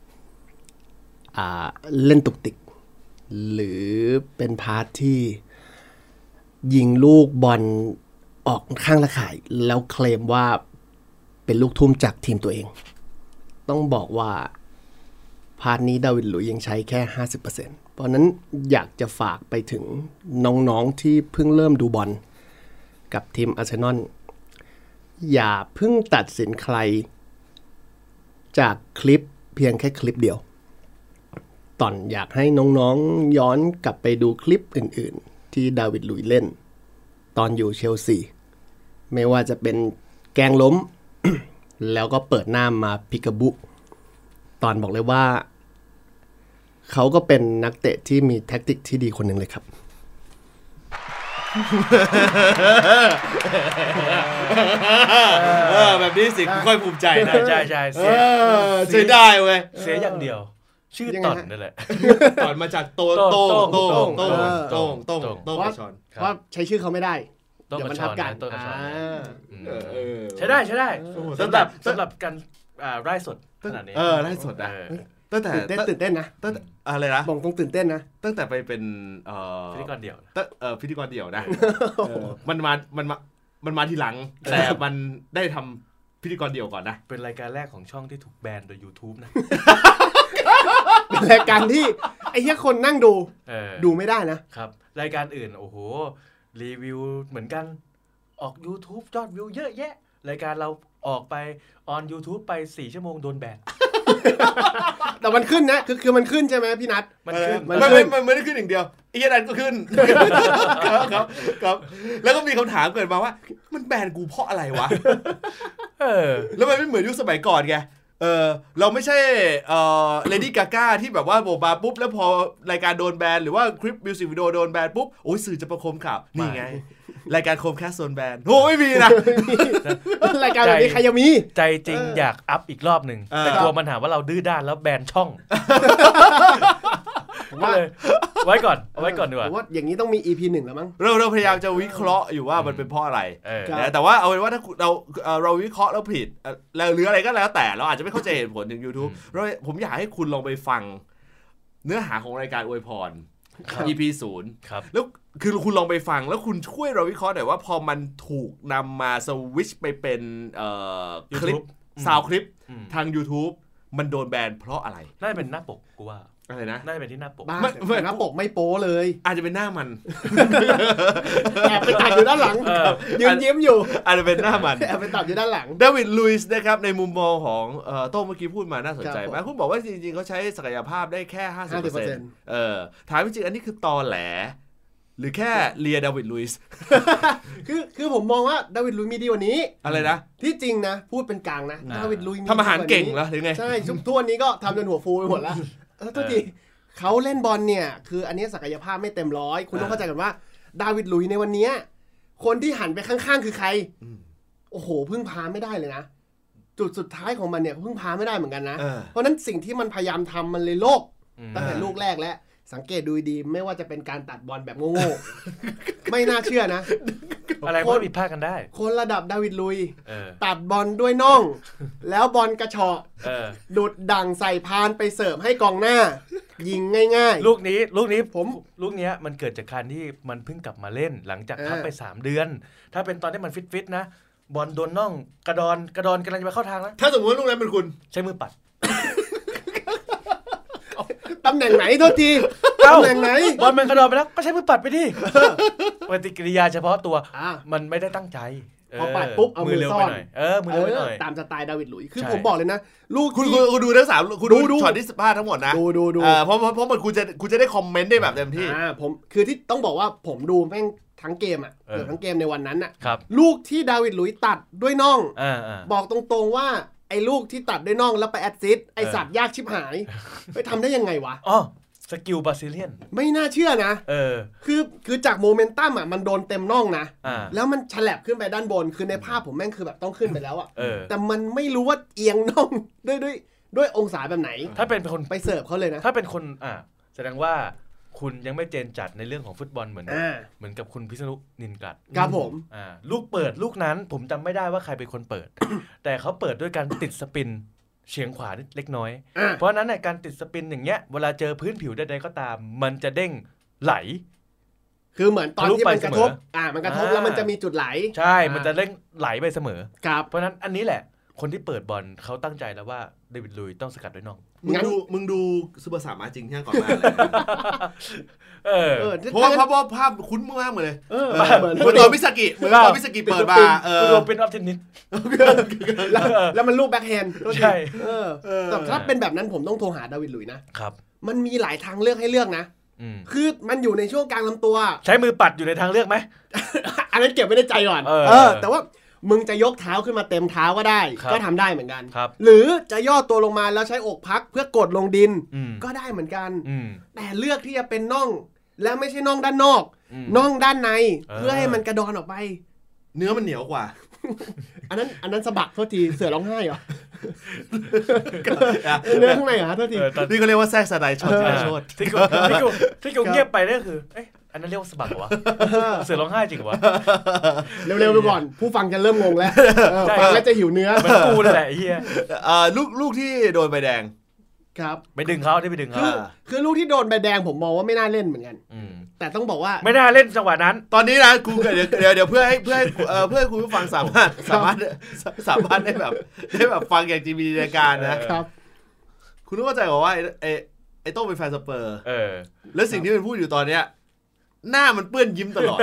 [SPEAKER 3] เล่นตุกติกหรือเป็นพาร์ทที่ยิงลูกบอลออกข้างละข่ายแล้วเคลมว่าเป็นลูกทุ่มจากทีมตัวเองต้องบอกว่าพาร์ทนี้ดาวิดหลุยส์ยังใช้แค่ ห้าสิบเปอร์เซ็นต์ เพราะนั้นอยากจะฝากไปถึงน้องๆที่เพิ่งเริ่มดูบอลกับทีมอาร์เซนอลอย่าเพิ่งตัดสินใครจากคลิปเพียงแค่คลิปเดียวตอนอยากให้น้องๆย้อนกลับไปดูคลิปอื่นๆที่ดาวิดหลุยส์เล่นตอนอยู่เชลซีไม่ว่าจะเป็นแกงล้ม แล้วก็เปิดหน้ามาพิกาบุตอนบอกเลยว่าเขาก็เป็นนักเตะที่มีแท็กติกที่ดีคนหนึ่งเลยครับ
[SPEAKER 2] เออแบบนี้สิค่อยภูมิใจนะ
[SPEAKER 4] ใช่ใช่
[SPEAKER 2] เสียเสียได้เว้ย
[SPEAKER 4] เสียอย่างเดียวชื่อตอนนั่นแหละ
[SPEAKER 2] ตอนมาจากโต้งโต้งโต้งโต้งโต้งโต้งโต้งชอน
[SPEAKER 3] เพราะใช้ชื่อเขาไม่ได้เดี๋ยวมันทับกัน
[SPEAKER 4] ใช้ได้ใช้ได้สำหรับสำหรับการไล่สดขนาดนี้
[SPEAKER 2] เออไล่สดนะตั้งแต่
[SPEAKER 3] ตื่นเต้นตื่นเต้นนะ
[SPEAKER 2] ตั้งอะไรนะ
[SPEAKER 3] บอกต้องตื่นเต้นนะ
[SPEAKER 2] ตั้งแต่ไปเป็น
[SPEAKER 4] พิธีกรเดี่ยว
[SPEAKER 2] ตั้งเออพิธีกรเดี่ยวนะมันมามันมามันมาทีหลังแต่มันได้ทำพิธีกรเดี่ยวก่อนนะ
[SPEAKER 4] เป็นรายการแรกของช่องที่ถูกแบนโดย YouTube นะ
[SPEAKER 3] เป็นรายการที่ไอ้เหี้ยคนนั่งดูดูไม่ได้นะครับ
[SPEAKER 4] รายการอื่นโอ้โหรีวิวเหมือนกันออก YouTube ยอดวิวเยอะแยะรายการเราออกไปออน YouTube ไปสี่ชั่วโมงโดนแบน
[SPEAKER 3] แต่มันขึ้นนะคือคือมันขึ้นใช่ไหมพี่นัท
[SPEAKER 4] มันขึ้น
[SPEAKER 2] มันไม่ไม่ไม่ได้ขึ้นอย่างเดียวไอ้ยันก็ขึ้นครับครับครับแล้วก็มีคำถามเกิดมาว่ามันแบนกูเพราะอะไรวะ
[SPEAKER 4] เออ
[SPEAKER 2] แล้วมันไม่เหมือนยุคสมัยก่อนไงเออเราไม่ใช่เอ่อเลดี้กาก้าที่แบบว่าโบมาปุ๊บแล้วพอรายการโดนแบนหรือว่าคลิปมิวสิกวิดีโอโดนแบนปุ๊บโอ้ยสื่อจะประโคมข่าวนี่ไงรายการโคมแคสโซนแบนโอ้ไม่มีนะ
[SPEAKER 3] รายการแบบนี้ใครยังมี
[SPEAKER 4] ใจจริงอยากอัพอีกรอบหนึ่งแต่กลัวมันหาว่าเราดื้อด้านแล้วแบนช่องก็เลยไว้ก่อนเอาไว้ก่อนดีกว่า
[SPEAKER 3] ว่าอย่างนี้ต้องมี อี พี หนึ่งแล้วมั้ง
[SPEAKER 2] เราเราพยายามจะวิเคราะห์อยู่ว่ามันเป็นเพราะอะไร
[SPEAKER 4] เออ
[SPEAKER 2] นะแต่ว่าเอาเป็นว่าถ้าเราเราวิเคราะห์แล้วผิดแล้วหรืออะไรก็แล้วแต่เราอาจจะไม่เข้าใจเหตุผลถึง YouTube เราผมอยากให้คุณลองไปฟังเนื้อหาของรายการอวยพร อี พี ศูนย์แล้วคือคุณลองไปฟังแล้วคุณช่วยเราวิเคราะห์หน่อยว่าพอมันถูกนำมาสวิตช์ไปเป็นคลิปซาวคลิปทาง YouTube มันโดนแบนเพราะอะไร
[SPEAKER 4] น่าจะเป็นหน้าปกกูว่า
[SPEAKER 2] อะไรนะ
[SPEAKER 4] น่าจะเป็นที่หน้าปก
[SPEAKER 3] ไม่ไม่หน้าปกไม่โป้เลย
[SPEAKER 2] อาจจะเป็นหน้ามัน
[SPEAKER 3] แอบไปตัดอยู่ด้านหลังยืนยิ้มอยู่
[SPEAKER 2] อาจจะเป็นหน้ามัน
[SPEAKER 3] แอบไปตัดอยู่ด้านหลัง
[SPEAKER 2] เดวิดลุยส์นะครับในมุมมองของโต้เมื่อกี้พูดมาน่าสนใจมากคุณบอกว่าจริงๆเขาใช้ศักยภาพได้แค่ ห้าสิบเปอร์เซ็นต์ เออถามจริงๆอันนี้คือตอแหลหรือแค่เลียเดวิดลุยส์
[SPEAKER 3] คือคือผมมองว่าเดวิดลุยส์มีดีกว่านี้
[SPEAKER 2] อะไรนะ
[SPEAKER 3] ที่จริงนะพูดเป็นกลางนะเดวิดลุยส์
[SPEAKER 2] ทำอาหารเก่งเหรอหรือไง
[SPEAKER 3] ใช่ทุกวันนี้ก็ทำจนหัวฟูไปหมดแล้วแล้วทุกทีเขาเล่นบอลเนี่ยคืออันนี้ศักยภาพไม่เต็มร้อยคุณต้องเข้าใจกันว่าดาวิดลุยส์ในวันนี้คนที่หันไปข้างๆคือใครโอ้โหพึ่งพาไม่ได้เลยนะจุดสุดท้ายของมันเนี่ยพึ่งพาไม่ได้เหมือนกันนะเพราะนั้นสิ่งที่มันพยายามทำมันเลยโลกตั้งแต่ลูกแรกแล้วสังเกตดูดีไม่ว่าจะเป็นการตัดบอลแบบโง่ๆไม่น่าเชื่อนะ
[SPEAKER 4] อะไรก็ผิดพลาดกันได้
[SPEAKER 3] คนระดับดาวิดลุยตัดบอลด้วยน่องแล้วบอลกระเฉาะดุดดั่งใส่พานไปเสิร์ฟให้กองหน้ายิงง่าย
[SPEAKER 4] ๆลูกนี้ลูกนี้ผมลูกนี้มันเกิดจากการที่มันเพิ่งกลับมาเล่นหลังจากพักไปสามเดือนถ้าเป็นตอนที่มันฟิตๆนะบอลโดนน่องกระดอนกระดอนกำลังจะไปเข้าทางแล้ว
[SPEAKER 2] ถ้าสมมติว่าลูกนั้นเป็นคุณ
[SPEAKER 4] ใช้มือปัด
[SPEAKER 3] ตำแหน่งไหนโทษทีตำแหน่งไหน
[SPEAKER 4] บอลมันกระโดดไปแล้วก็ใช้มือปัดไปดิปฏิกิริยาเฉพาะตัวมันไม่ได้ตั้งใจ
[SPEAKER 3] พอปัดปุ๊บเอามือซ่อน
[SPEAKER 4] เออมือเร็วไปหน่อย
[SPEAKER 3] ตามสไตล์ดาวิดหลุยส์คือผมบอกเลยนะลูก
[SPEAKER 2] คุณคุณดูทั้งสามคุณดูช็อตที่สิบห้าทั้งหมดนะ
[SPEAKER 3] ดูดูดู
[SPEAKER 2] เพราะเพราะมันคุณจะคุณจะได้คอมเมนต์ได้แบบเต็มที่
[SPEAKER 3] อ่าผมคือที่ต้องบอกว่าผมดูแม่งทั้งเกมอ่ะเกือบทั้งเกมในวันนั้นอ่ะ
[SPEAKER 4] ครับ
[SPEAKER 3] ลูกที่ดาวิดหลุยส์ตัดด้วยน่องบอกตรงๆว่าไอ้ลูกที่ตัดด้วยน่องแล้วไปแอสซิสต์ไอ้สัตว์ยากชิบหายไปทำได้ยังไงวะ
[SPEAKER 4] อ๋อสกิลบราซิเลียน
[SPEAKER 3] ไม่น่าเชื่อนะ
[SPEAKER 4] เออ
[SPEAKER 3] คือคือจากโมเมนตัมอ่ะมันโดนเต็มน่องนะแล้วมันฉลับขึ้นไปด้านบนคือในภาพผมแม่งคือแบบต้องขึ้นไปแล้วอ่ะแต่มันไม่รู้ว่าเอียงน่องด้วยด้วยด้วยองศาแบบไหน
[SPEAKER 4] ถ้าเป็นคน
[SPEAKER 3] ไปเสิร์ฟเขาเลยนะ
[SPEAKER 4] ถ้าเป็นคนอ่ะแสดงว่าคุณยังไม่เจนจัดในเรื่องของฟุตบอลเหมือนเหมือนกับคุณพิษณุนินกลัด
[SPEAKER 3] ครับผม
[SPEAKER 4] อ่าลูกเปิดลูกนั้นผมจำไม่ได้ว่าใครเป็นคนเปิด แต่เขาเปิดด้วยการติดสปินเฉียงขวาเล็กน้อยเพราะนั้นในการติดสปินอย่างเงี้ยเวลาเจอพื้นผิวใดๆก็ตามมันจะเด้งไหล
[SPEAKER 3] คือเหมือนตอนที่มันกระทบอ่ามันกระทบแล้วมันจะมีจุดไหล
[SPEAKER 4] ใช่มันจะเด้งไหลไปเสมอ
[SPEAKER 3] ครับ
[SPEAKER 4] เพราะนั้นอันนี้แหละคนที่เปิดบอลเขาตั้งใจแล้วว่าเดวิดลุยต้องสกัดด้วยน่อง
[SPEAKER 2] มึงดูมึงดูซูเปอร์สามมาจริงที่ก่อนมาเลย
[SPEAKER 4] เออ
[SPEAKER 2] เพราะว่าภาพภาพคุ้นมากเลยเออเหมือนตอนมิสกิเหมือนตอนมิสกิเปิดมาเออ
[SPEAKER 4] ดูเป็นออฟเทนนิส
[SPEAKER 3] แล้วมันลูกแบ็คแฮนด์
[SPEAKER 4] ใช่
[SPEAKER 3] แต่ถ้าเป็นแบบนั้นผมต้องโทรหาดาวิดลุยนะครับมันมีหลายทางเลือกให้เลือกนะคือมันอยู่ในช่วงกลางลำตัว
[SPEAKER 4] ใช้มือปัดอยู่ในทางเลือกไหม
[SPEAKER 3] อันนั้นเก็บไว้ในใจก่อนเออแต่ว่ามึงจะยกเท้าขึ้นมาเต็มเท้าก็ได้ก็ทำได้เหมือนกันหรือจะย่อตัวลงมาแล้วใช้อกพักเพื่อกดลงดินก็ได้เหมือนกันแต่เลือกที่จะเป็นน่องแล้วไม่ใช่น่องด้านนอกน่องด้านในเพื่อให้มันกระดอนออกไป
[SPEAKER 2] เนื้อมันเหนียวกว่า
[SPEAKER 3] อันนั้นอันนั้นสะบักโทษทีเสือร้องไห้เหรอเนื้อข้างในเหรอโทษที
[SPEAKER 2] นี่ก็เรียกว่าแทรกสไลด์ช็อตที่โชด
[SPEAKER 4] ที่กูที่กูที่กูเงียบไปนี่คือเอ๊ะอันนั้นเรียกว่าสะบักเหรอวะเสือร้องไห้จริงเหรอวะ
[SPEAKER 3] เร็วๆไปก่อนผู้ฟังจะเริ่มงงแล้วฟังแล้วจะหิวเนื้อ
[SPEAKER 4] เหมือนกูเลยแหละไอ้เหี้ย
[SPEAKER 2] ลูกลูกที่โดนใบแดง
[SPEAKER 3] ครับ
[SPEAKER 4] ไปดึงเขาได้ไปดึงเขา
[SPEAKER 3] คือลูกที่โดนใบแดงผมมองว่าไม่น่าเล่นเหมือนกันแต่ต้องบอกว่า
[SPEAKER 4] ไม่น่าเล่นจังหวะนั้น
[SPEAKER 2] ตอนนี้นะกูเดี๋ยวเดี๋ยวเดี๋ยวเพื่อให้เพื่อให้เพื่อให้คุณผู้ฟังสามารถสามารถสามารถได้แบบได้แบบฟังอย่างจินตนาการนะครับคุณต้องเข้าใจว่าไอ้ไอ้ไอ้โต้เป็นแฟนสเปอร์แล้วสิ่งที่มันพูดอยู่ตอนเนี้ยหน้ามันเปื้อนยิ้มตลอด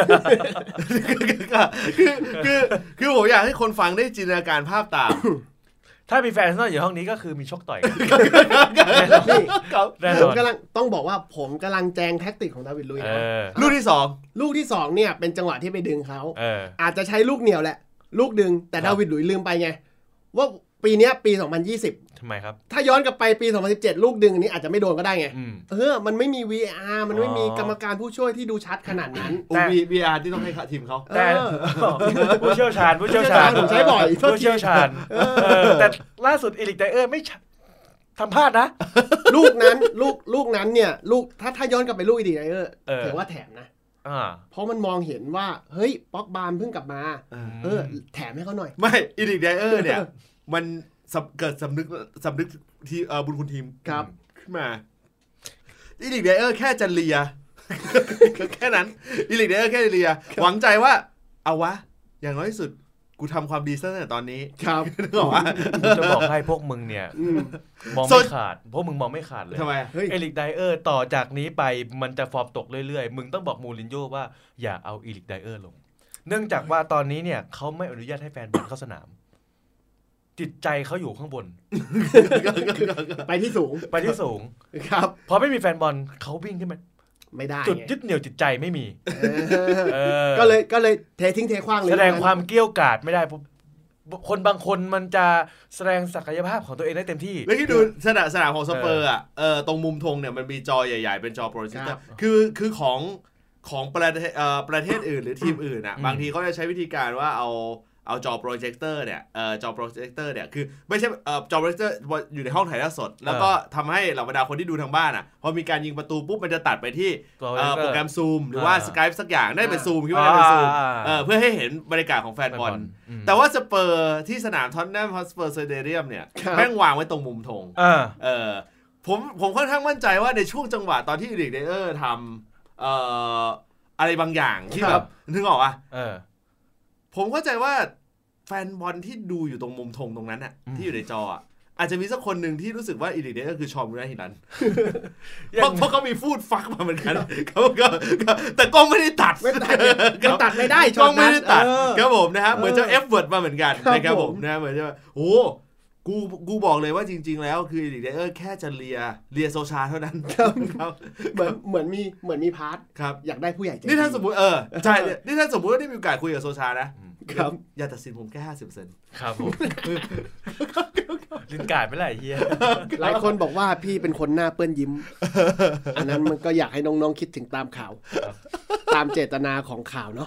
[SPEAKER 2] คือคือคือผมอยากให้คนฟังได้จินตนาการภาพตาม
[SPEAKER 4] ถ้ามีแฟนนอกอยู่ห้องนี้ก็คือมีชกต่อยกัน
[SPEAKER 3] นี่
[SPEAKER 4] แน่น
[SPEAKER 3] ผม
[SPEAKER 4] อน
[SPEAKER 3] กำลังต้องบอกว่าผมกำลังแจงแท็กติกของดาวิดลุยส์
[SPEAKER 4] เอ
[SPEAKER 3] นะ
[SPEAKER 4] อ
[SPEAKER 2] ลูกที่สอง
[SPEAKER 3] ลูกที่สองเนี่ยเป็นจังหวะที่ไปดึงเขา
[SPEAKER 4] เออ
[SPEAKER 3] อาจจะใช้ลูกเหนียวแหละ ลูกดึงแต่
[SPEAKER 4] ครับ
[SPEAKER 3] ดาวิดลุยส์ลืมไปไง ว่าปีเนี้ยปีสองพันยี่สิบ
[SPEAKER 4] ทำไมครับ
[SPEAKER 3] ถ้าย้อนกลับไปปีสองพันสิบเจ็ดลูกดึงอันนี้อาจจะไม่โดนก็ได้ไง
[SPEAKER 4] อืม
[SPEAKER 3] เออมันไม่มี วี อาร์ มันไม่มี
[SPEAKER 4] อ๋อ
[SPEAKER 3] กรรมการผู้ช่วยที่ดูชัดขนาดนั้น
[SPEAKER 2] อูบีบีอาร์ที่ต้องให้ทีมเขา
[SPEAKER 4] แต่
[SPEAKER 3] เออ
[SPEAKER 4] ผู้เชี่ยวชาญผู้เชี่ยวชาญ
[SPEAKER 3] ผมใช้บ่อย
[SPEAKER 4] ผู้เชี่ยวชาญเออแต่ล่าสุดอีลิกไดเออร์ไม่ทำพลาดนะ
[SPEAKER 3] ลูกนั้นลูกลูกนั้นเนี่ยลูกถ้าถ้าย้อนกลับไปลูกอีดีไดเออร์
[SPEAKER 4] เออ
[SPEAKER 3] ถือว่าแถมนะ
[SPEAKER 4] อ่า
[SPEAKER 3] เพราะมันมองเห็นว่าเฮ้ยป๊อกบาร์มเพิ่งกลับมา เออแถมให้เขาหน่อย
[SPEAKER 2] ไม่อีลิกไดเออร์เนี่ย มันสำเกิดสำนึกสำนึกทีเอ่อบุญคุณทีม
[SPEAKER 3] ครับ
[SPEAKER 2] ขึ้นมาอีลิกไดเออร์แค่จะเลีย แค่นั้นอีลิกไดเออร์แค่เลีย หวังใจว่า เอาวะ อย่างน้อยที่สุดกูทำความดีซะตั้งแต่ตอนนี้
[SPEAKER 3] ครับ
[SPEAKER 2] นึกออกว่า
[SPEAKER 4] ผมจะบอกให้พวกมึงเนี่ย
[SPEAKER 3] อืม
[SPEAKER 4] มอง
[SPEAKER 2] ส่
[SPEAKER 4] ไม่
[SPEAKER 2] วน
[SPEAKER 4] ขาดพวกมึงมองไม่ขาดเลย
[SPEAKER 2] ทำไม
[SPEAKER 3] เฮ้ย
[SPEAKER 4] เอลิกไดเออร์ต่อจากนี้ไปมันจะฟอร์มตกเรื่อยๆ มึงต้องบอกมูรินโญ่ว่าอย่าเอาเอลิกไดเออร์ลง เนื่องจากว่าตอนนี้เนี่ยเขาไม่อนุญาตให้แฟนบอลเข้าสนาม จิตใจเขาอยู่ข้างบน
[SPEAKER 3] ไปที่สูง
[SPEAKER 4] ไปที่สูง
[SPEAKER 3] ครับ
[SPEAKER 4] พอไม่มีแฟนบอลเขาวิ่งขึ้นมา
[SPEAKER 3] ไม่ได้
[SPEAKER 4] จุด
[SPEAKER 3] ไง
[SPEAKER 4] ยึดเหนี่ยวจิตใจไม่มี
[SPEAKER 3] เออ
[SPEAKER 4] เออ
[SPEAKER 3] ก็เลยก็เลยเททิ้งเทขว้างเลย
[SPEAKER 4] แสดงความเกรี้ยวกราดไม่ได้เพราะคนบางคนมันจะแสดงศักยภาพของตัวเองได้เต็มที่
[SPEAKER 2] แล้วที่ดูสนามสนามของสเปอร์อ่ะเออตรงมุมธงเนี่ยมันมีจอใหญ่ๆ เป็นจอโปรเจคเตอร์คือคือของของประเทศเอ่อประเทศอื่นหรือทีมอื่นอ่ะ
[SPEAKER 4] อืม
[SPEAKER 2] บางทีเขาจะใช้วิธีการว่าเอาเอาจอโปรเจคเตอร์เนี่ยเอ่อจอโปรเจคเตอร์เนี่ยคือไม่ใช่เอ่อจอโปรเจคเตอร์อยู่ในห้องถ่ายทอดสด แล้วก็ทำให้เหล่าบรรดาคนที่ดูทางบ้านอ่ะพอมีการยิงประตูปุ๊บมันจะตัดไปที่เอ่อโปรแกรมซูมหรือว่า
[SPEAKER 4] อ่า
[SPEAKER 2] Skype สักอย่างได้เป็นซูมคิดว่าได้เป็นซูม
[SPEAKER 4] อ่า
[SPEAKER 2] เออเพื่อให้เห็นบรรยากาศของแฟนบอล
[SPEAKER 4] อืม
[SPEAKER 2] แต่ว่าสเปอร์ที่สนามท็อตแนมฮอตสเปอร์สเตเดียมเนี่ย
[SPEAKER 3] ครับ
[SPEAKER 2] แม่งวางไว้ตรงมุมธง
[SPEAKER 4] อ่า
[SPEAKER 2] เออผมผมค่อนข้างมั่นใจว่าในช่วงจังหวะตอนที่อีริกเดเออร์ทำเอ่ออะไรบางอย่างที่
[SPEAKER 3] ค
[SPEAKER 2] แบ
[SPEAKER 3] รั
[SPEAKER 2] บบ นึกออกอ่ะ
[SPEAKER 4] เออ
[SPEAKER 2] ผมเข้าใจว่าแฟนบอลที่ดูอยู่ตรงมุมธงตรงนั้นน่ะ
[SPEAKER 4] อืม
[SPEAKER 2] ที่อยู่ในจออ่ะอาจจะมีสักคนหนึ่งที่รู้สึกว่าอีริกเดเออร์คือชอมมูราฮิรัน
[SPEAKER 4] อย่า
[SPEAKER 2] เพราะ
[SPEAKER 4] ง
[SPEAKER 2] เพราะเขามีฟูดฟักมาเหมือนกันเขาก็ก็แต่กล้องไม่ได้ตัด
[SPEAKER 3] ไม่ตัดมันตัดไม่ได้
[SPEAKER 2] กล้องไม่ได้ตัด
[SPEAKER 3] เออ
[SPEAKER 2] ครับผมนะฮะเหมือนเจ้า
[SPEAKER 3] เออ
[SPEAKER 2] เอฟเวิร์ดมาเหมือนกัน
[SPEAKER 3] ครับ
[SPEAKER 2] นะครับผ
[SPEAKER 3] ผม ม
[SPEAKER 2] นะเหมือนจะโอ้กูกูบอกเลยว่าจริง ๆ แล้วคืออีริกเดเออร์แค่จะเลียเลียโซชาเท่านั้นครับ
[SPEAKER 3] เหมือนเหมือนมีเหมือนมีพาร์ท
[SPEAKER 2] ครับ
[SPEAKER 3] อยากได้ผู้ใหญ่ใจ
[SPEAKER 2] นี่ถ้า
[SPEAKER 3] ดี
[SPEAKER 2] สมมติเออใช่เนี่ยนี่ถ้าสมมติว่าได้มีโอกาสคุยกับโซชานะครับ อย่าตัดสินผมแค่ห้าสิบเปอร์เซ็นต์
[SPEAKER 4] ครับผมลินการ์ดไม่ไรเฮีย
[SPEAKER 3] หลายคนบอกว่าพี่เป็นคนหน้าเปื้อนยิ้ม อันนั้นมันก็อยากให้น้องๆคิดถึงตามข่าว ตามเจตนาของข่าวเนาะ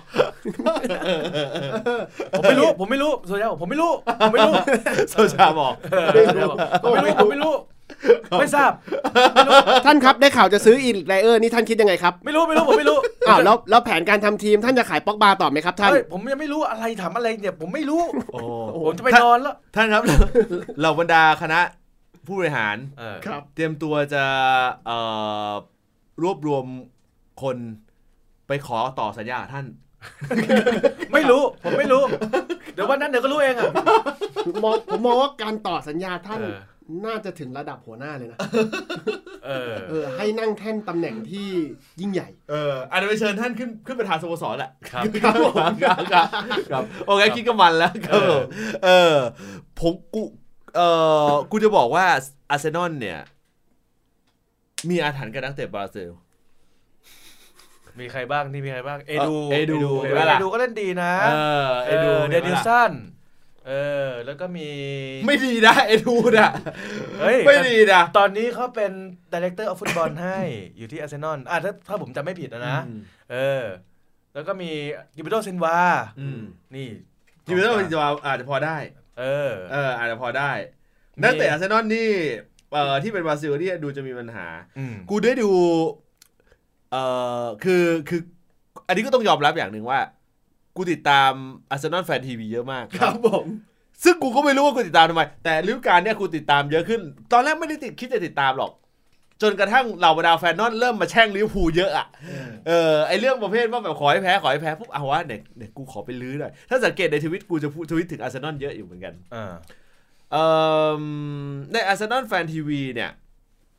[SPEAKER 4] ผมไม่รู้ ผมไม่รู้โซเชียลผมไม่รู้ ผมไม่รู้
[SPEAKER 2] โซชาบอก
[SPEAKER 4] ผมไม่รู้ ผมไม่รู้ ไม่ทราบ
[SPEAKER 3] ท่านครับได้ข่าวจะซื้ออีลิกไดเออร์นี่ท่านคิดยังไงครับ
[SPEAKER 4] ไม่รู้ ไม่รู้ ผมไม่รู้
[SPEAKER 3] อ้าวแล้วแล้วแผนการทำทีมท่านจะขายป๊อกบาต่อไหมครับท่าน
[SPEAKER 4] เฮ้ยผมยังไม่รู้อะไรถามอะไรเนี่ย ผมไม่รู้
[SPEAKER 2] โอ้
[SPEAKER 4] ผมจะไปนอนแล้ว
[SPEAKER 2] ท่านครับ เหล่าบรรดาคณะผู้บริหาร
[SPEAKER 4] เออ
[SPEAKER 3] ครับ
[SPEAKER 2] เตรียมตัวจะเอ่อรวบรวมคนไปขอต่อสัญญากับท่าน
[SPEAKER 4] ไม่รู้ ผมไม่รู้ เดี๋ยววันนั้นเดี๋ยวก็รู้เองอ่ะ
[SPEAKER 3] ผมมองผมมองว่าการต่อสัญญาท่าน
[SPEAKER 4] เออ
[SPEAKER 3] น่าจะถึงระดับหัวหน้าเลยนะ
[SPEAKER 4] เออ
[SPEAKER 3] เออให้นั่งแท่นตำแหน่งที่ยิ่งใหญ่
[SPEAKER 2] เอออาจจะไปเชิญท่านขึ้นขึ้นประธานสโมสรแหละ
[SPEAKER 4] ครับ
[SPEAKER 2] ครับผมครับครับครับโอเคคิดก็มันแล้วครับผมเออผมกูเออกูจะบอกว่าอาร์เซนอลเนี่ย มีอาถรรพ์กับนักเตะบราซิล
[SPEAKER 4] มีใครบ้างที่มีใครบ้าง เอดู
[SPEAKER 2] เอดู
[SPEAKER 4] เอ
[SPEAKER 2] เห็นไหมล่ะ
[SPEAKER 4] ดูก็เล่นดีนะ
[SPEAKER 2] เออเอดู
[SPEAKER 4] เดนิลสันเออ แล้วก็มี
[SPEAKER 2] ไม่ดีนะเอดูนะ
[SPEAKER 4] เฮ้ย
[SPEAKER 2] ไม่ดีนะ
[SPEAKER 4] ตอนนี้เขาเป็น Director of Football ให้อยู่ที่อาร์เซนอลอ่ะถ้าถ้าผมจำไม่ผิดนะนะ
[SPEAKER 2] อืม
[SPEAKER 4] เออ แล้วก็มีกิบิโดซินวา
[SPEAKER 2] อืม
[SPEAKER 4] นี่
[SPEAKER 2] จิมมี่ต้องจะอาจจะพอได้
[SPEAKER 4] เออ
[SPEAKER 2] เอออาจจะพอได้
[SPEAKER 4] มี
[SPEAKER 2] นักเตะอาร์เซนอลนี่เอ่อที่เป็นบราซิลที่ดูจะมีปัญหา
[SPEAKER 4] อืม
[SPEAKER 2] กูได้ดูเอ่อคือคืออันนี้ก็ต้องยอมรับอย่างหนึ่งว่า กูติดตามอาร์เซนอลแฟนทีวีเยอะมาก
[SPEAKER 3] ครับผม
[SPEAKER 2] ซึ่งกูก็ไม่รู้ว่ากูติดตามทำไม แต่ฤดูกาลเนี้ยกูติดตามเยอะขึ้น ตอนแรกไม่ได้ติดคิดจะติดตามหรอก จนกระทั่งเหล่าบรรดาแฟนนอลเริ่มมาแช่งลิเวอร์พูลเยอะอ่ะเออไอเรื่องประเภทว่าแบบขอให้แพ้ขอให้แพ้ปุ๊บเอาวะเด็กเด็กกูขอไปลื้อหน่อยถ้าสังเกตในทวิตกูจะพูดทวิตถึงอาร์เซนอลเยอะอยู่เหมือนกัน
[SPEAKER 4] อ่า
[SPEAKER 2] เอ่อในอาร์เซนอลแฟนทีวีเนี่ย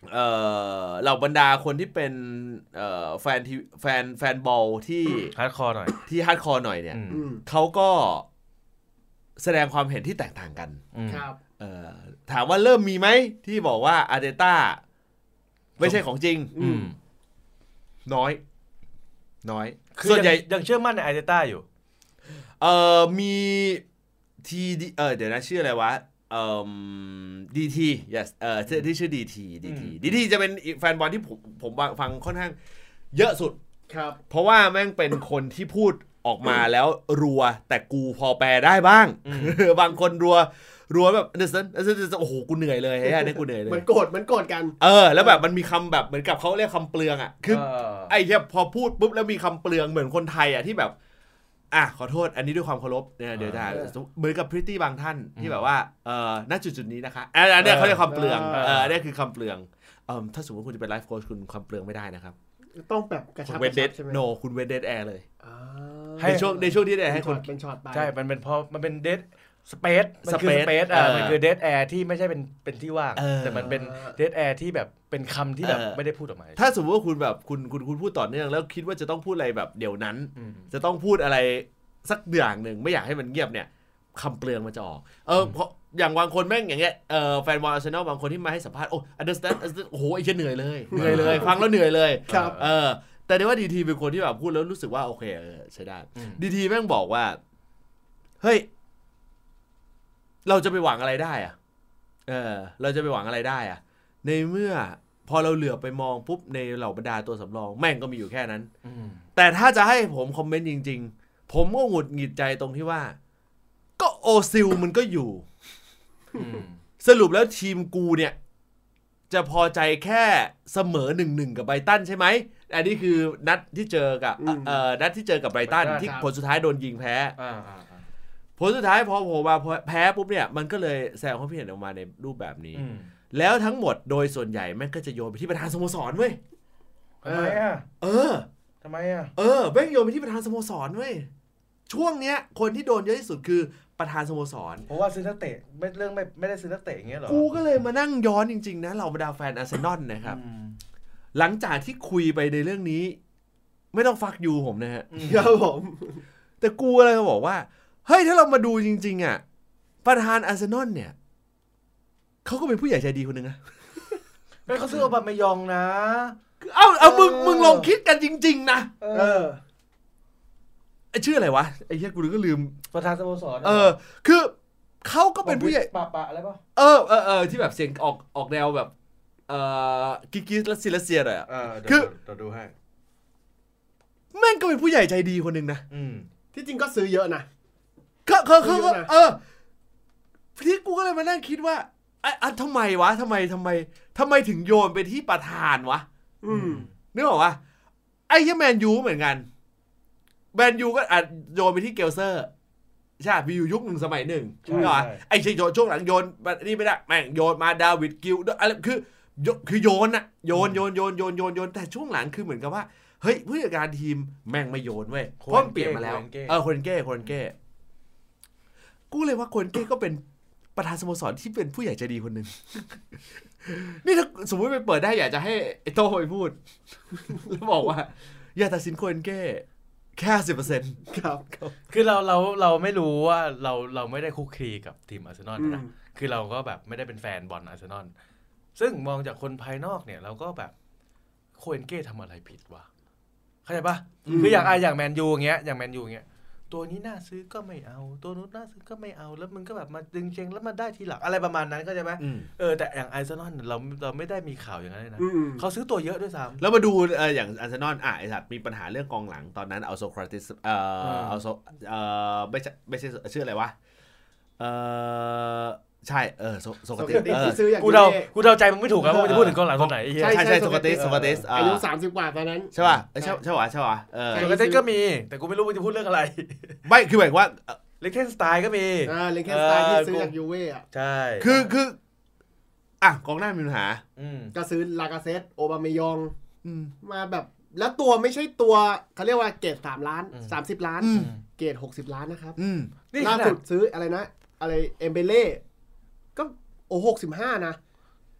[SPEAKER 2] เอ่อเหล่าบรรดาคนที่เป็นเอ่อแฟนทีแฟนแฟนบอลที่
[SPEAKER 4] ฮาร์ดคอร์หน่อย
[SPEAKER 2] ที่ฮาร์ดคอร์หน่อยเนี่ย
[SPEAKER 4] อืม
[SPEAKER 3] อืม
[SPEAKER 2] เขาก็แสดงความเห็นที่แตกต่างกัน
[SPEAKER 4] อืม
[SPEAKER 3] ครับ
[SPEAKER 2] เอ่อถามว่าเริ่มมีไหมที่บอกว่าอาร์เตต้าไม่ใช่ของจริง
[SPEAKER 4] อืม
[SPEAKER 2] น้อย น้อย
[SPEAKER 4] คือ
[SPEAKER 2] ส่วนใหญ่
[SPEAKER 4] ยังยังเชื่อมั่นในอาร์เตต้าอยู่
[SPEAKER 2] เอ่อมีทีเออเดี๋ยวนะชื่ออะไรวะเอ่อดีที yes เอ่อที่ชื่อดีทีดีทีดีทีจะเป็นแฟนบอลที่ผมผมฟังค่อนข้างเยอะสุด
[SPEAKER 3] ครับ
[SPEAKER 2] เพราะว่าแม่งเป็นคนที่พูดออกมาแล้วรัวแต่กูพอแปลได้บ้าง บางคนรัวรัวแบบเดซนโอ้โหกูเหนื่อยเลยไอ้เนี่ยกูเหนื่อยเลย
[SPEAKER 3] มันโกรธมันโกรธกัน
[SPEAKER 2] เออแล้วแบบมันมีคำแบบเหมือนกับเขาเรียกคำเปลืองอ่ะคือ
[SPEAKER 4] เออ
[SPEAKER 2] ไอ้เหี้ยพอพูดปุ๊บแล้วมีคำเปลืองเหมือนคนไทยอ่ะที่แบบอ่ะขอโทษอันนี้ด้วยความเคารพเนี่ยเดี๋ยวจะเหมือนกับพริตตี้บางท่านที่แบบว่าเออณจุดจุดนี้นะคะอันอันเนี้ยเขาเรียกคำเปลืองเอออันเนี้ยคือคำเปลืองเออถ้าสมมติคุณจะเป็นไลฟ์โค้ชคุณคำเปลืองไม่ได้นะครับ
[SPEAKER 3] ต้องแบบกระชับ
[SPEAKER 2] เวนเด
[SPEAKER 3] ก
[SPEAKER 2] ส
[SPEAKER 3] ระชับใช่ไหม
[SPEAKER 2] โนคุณเวนเดสแอร์เลย
[SPEAKER 3] อ่า
[SPEAKER 4] ให้
[SPEAKER 2] ในช่วงในช่วงที่ได้
[SPEAKER 3] เป็
[SPEAKER 2] ให้
[SPEAKER 3] น
[SPEAKER 2] ค
[SPEAKER 3] ช็อน ตเป็นช็อตไป
[SPEAKER 4] ใช่ มันเป็นเพราะมันเป็นเดดสเปซมันคือ
[SPEAKER 2] Space
[SPEAKER 4] สเปซอ่ะ
[SPEAKER 2] เออ
[SPEAKER 4] มันคือเดดแอร์ที่ไม่ใช่เป็นเป็นที่ว่าง
[SPEAKER 2] เออ
[SPEAKER 4] แต่มันเป็นเดดแอร์ที่แบบเป็นคำที่แบบ
[SPEAKER 2] เออ
[SPEAKER 4] ไม่ได้พูดออกมา
[SPEAKER 2] ถ้าสมมติว่าคุณแบบคุณคุณคุณพูดต่อเนื่องแล้วคิดว่าจะต้องพูดอะไรแบบเดี๋ยวนั้น
[SPEAKER 4] อืม
[SPEAKER 2] จะต้องพูดอะไรสักอย่างหนึ่งไม่อยากให้มันเงียบเนี่ยคำเปลืองมันจะออกเออเพราะอย่างบางคนแม่งอย่างเงี้ยเออแฟนบอลอาร์เซนอลบางคนที่มาให้สัมภาษณ์โอ้ understand understand โอ้โหไอ้เชี่ยเหนื่อยเลยเหนื่อยเลยฟังแล้วเหนื่อยเลย
[SPEAKER 3] ครับ
[SPEAKER 2] เออแต่เดี๋ยวว่าดีทีเป็นคนที่แบบพูดแล้วรู้สึกว่าโอเคเออใช้ได้
[SPEAKER 4] อืม
[SPEAKER 2] ดีทีแม่งบอกว่าเฮ้ยเราจะไปหวังอะไรได้อะเออเราจะไปหวังอะไรได้อะในเมื่อพอเราเหลือบไปมองปุ๊บในเหล่าบรรดาตัวสำรองแม่งก็มีอยู่แค่นั้น
[SPEAKER 4] อืม
[SPEAKER 2] แต่ถ้าจะให้ผมคอมเมนต์จริงๆ ผมก็หงุดหงิดใจตรงที่ว่า ก็โอซิลมันก็อยู่
[SPEAKER 4] อืม
[SPEAKER 2] สรุปแล้วทีมกูเนี่ย จะพอใจแค่เสมอหนึ่งหนึ่งกับไบรตันใช่ไหมอันนี้คือนัดที่เจอกับเอ่อนัดที่เจอกับไบรตันที่ผลสุดท้ายโดนยิงแพ้
[SPEAKER 4] อ่าอ่าอ่า
[SPEAKER 2] ผลสุดท้ายพอผมมาแพ้ปุ๊บเนี่ยมันก็เลยแสดงความคิดเห็นออกมาในรูปแบบนี้
[SPEAKER 4] อืม
[SPEAKER 2] แล้วทั้งหมดโดยส่วนใหญ่แม่งก็จะโยนไปที่ประธานสโมสรเว้ย
[SPEAKER 4] ทำไมอ่ะ
[SPEAKER 2] เออ
[SPEAKER 4] ทำไมอ่ะ
[SPEAKER 2] เออแม่งโยนไปที่ประธานสโมสรเว้ยช่วงเนี้ยคนที่โดนเยอะที่สุดคือประธานสโมสร
[SPEAKER 4] เพราะว่าซื้อนักเตะไม่เรื่องไม่ไม่ได้ซื้อนักเตะอย่างเงี้ยหรอ
[SPEAKER 2] กูก็เลยมานั่งย้อนจริงๆนะเราบรรดาแฟนอาร์เซนอลนะครับ
[SPEAKER 4] อืม
[SPEAKER 2] หลังจากที่คุยไปในเรื่องนี้ ไม่ต้องฟักยูผมนะฮะ
[SPEAKER 3] ครับผม
[SPEAKER 2] แต่กูอะไรก็บอกว่าเฮ้ยถ้าเรามาดูจริงๆอ่ะประธานอาร์เซนอลเนี่ยเขาก็เป็นผู้ใหญ่ใจดีคนหนึ่งนะ
[SPEAKER 4] เฮ้ยเขาซื้อโอบามายองนะ
[SPEAKER 2] เอ้าเอามึงมึงลองคิดกันจริงๆนะ
[SPEAKER 4] เอ
[SPEAKER 3] เอ
[SPEAKER 4] อ
[SPEAKER 3] อ
[SPEAKER 2] ไอ้ชื่ออะไรวะไอ้เหี้ยกูก็ลืม
[SPEAKER 4] ประธานสโมสร
[SPEAKER 2] เออ คือเขาก็เป็นผู้ใหญ่
[SPEAKER 4] ปะปะอะไรป่ะ
[SPEAKER 2] เออเออเออที่แบบเสียงออกออกแนวแบบเอ่อกิกิสและซิลเซียหน่อยอ่ะ
[SPEAKER 4] เออ
[SPEAKER 2] คือ
[SPEAKER 4] เดี๋ยวดูให้
[SPEAKER 2] แม่งก็เป็นผู้ใหญ่ใจดีคนหนึ่งนะ
[SPEAKER 4] อืม
[SPEAKER 3] ที่จริงก็ซื้อเยอะนะ
[SPEAKER 2] เขาเขาเขา
[SPEAKER 3] เยอะนะ
[SPEAKER 2] เออที่กูก็เลยมานั่งคิดว่าไอ้อะทำไมวะทำไมทำไมทำไมถึงโยนไปที่ประธานวะ
[SPEAKER 3] อืม
[SPEAKER 2] นึกออกปะไอ้ยังแมนยูเหมือนกันแมนยูก็อาจโยนไปที่เกลเซอร์ใช่มีอยู่ยุคหนึ่งสมัยหนึ่ง
[SPEAKER 4] ใช่
[SPEAKER 2] นึกออกปะ
[SPEAKER 4] ใช่
[SPEAKER 2] ไอ้ช่ช่วงหลังโยนนี่ไม่ได้แม่งโยนมาดาวิดกิลอะไรคือโยคือโยนอะโยนโยนโยนโยนโยนโยนแต่ช่วงหลังคือเหมือนกับว่าเฮ้ยผู้จัดการทีมแม่งไม่โยนเว้ยเพราะมันเปลี่ยนมาแล้วเออคนเก้คนเก้กูเลยว่าคนเก้ก็เป็นประธานสโมสรที่เป็นผู้ใหญ่ใจดีคนหนึ่ง นี่ถ้าสมมติไปเปิดได้อยากจะให้ไอ้โต้ไปพูด แล้วบอกว่า อย่าตัดสินคนเก้แค่สิบเปอร์เซ็นต์
[SPEAKER 3] ครับ
[SPEAKER 4] คือเราเราเราไม่รู้ว่าเราเราไม่ได้คุกคีกับทีมอาร์เซนอล
[SPEAKER 3] อืม
[SPEAKER 4] นะคือเราก็แบบไม่ได้เป็นแฟนบอลอาร์เซนอลซึ่งมองจากคนภายนอกเนี่ยเราก็แบบโคเอนเก้ทำอะไรผิดวะเข้าใจปะคืออย่างไออย่างแมนยูอย่างเงี้ยอย่างแมนยูอย่างเงี้ยตัวนี้น่าซื้อก็ไม่เอาตัวนู้นน่าซื้อก็ไม่เอาแล้วมึงก็แบบมาดึงเชงแล้วมาได้ทีหลังอะไรประมาณนั้นเข้าใจไหม
[SPEAKER 2] อืม
[SPEAKER 4] เออแต่อย่างอาร์เซนอลเราเราไม่ได้มีข่าวอย่างนั้นเลยนะ
[SPEAKER 3] อืม
[SPEAKER 4] เขาซื้อตัวเยอะด้วยซ้ำ
[SPEAKER 2] แล้วมาดูเอออย่างอาร์เซนอลอ่ะไอ้สัตว์มีปัญหาเรื่องกองหลังตอนนั้นเอาโซคราติสเอ่อเอาโซเอ่อไม่ใช่ไม่ใช่ชื่ออะไรวะเออใช่เออโซโซคราติส
[SPEAKER 3] โซคราติส
[SPEAKER 2] เออ
[SPEAKER 3] ที่ซื้ออย่าง
[SPEAKER 4] กูเดา
[SPEAKER 3] นี้
[SPEAKER 4] กูเดาใจมึงไม่ถูกครับว่ามึงจะพูดถึงกองหลังตรงไหนไอ้เหี้ย
[SPEAKER 2] ใช่ใช่โซคราติสโซคราติส
[SPEAKER 3] อายุสามสิบกว่าตอนนั้น
[SPEAKER 2] ใช่ป่ะเออใช่ใช่ป่ะใช่ป่ะเออ
[SPEAKER 3] ใช่
[SPEAKER 4] โซกาเตสก็มี แต่กูไม่รู้มึงจะพูดเรื่องอะไร
[SPEAKER 2] ไม่คือหมายว่า
[SPEAKER 4] เลเคนสไตล์ก็มี
[SPEAKER 3] อ่าเลนเคนสไตล์ที่ซื้อจากยูเว่อะ
[SPEAKER 4] ใช่
[SPEAKER 2] คือคืออ่ะกองหน้ามีปัญหา
[SPEAKER 4] อืม
[SPEAKER 3] ก็ซื้อลากาเซตโอบามายอง
[SPEAKER 2] อืม
[SPEAKER 3] มาแบบ แล้วตัวไม่ใช่ตัวเขาเรียกว่าเกรดสามล้านสามสิบล้าน
[SPEAKER 2] อืม
[SPEAKER 3] เกรดหกสิบล้านนะครับ
[SPEAKER 2] อืม
[SPEAKER 4] นี่ข
[SPEAKER 3] ล่า
[SPEAKER 4] นา
[SPEAKER 3] สุ
[SPEAKER 4] ด
[SPEAKER 3] ดซื้ออะไรนะ อะไรเอมเบเล่ก็โอ้หกสิบห้านะ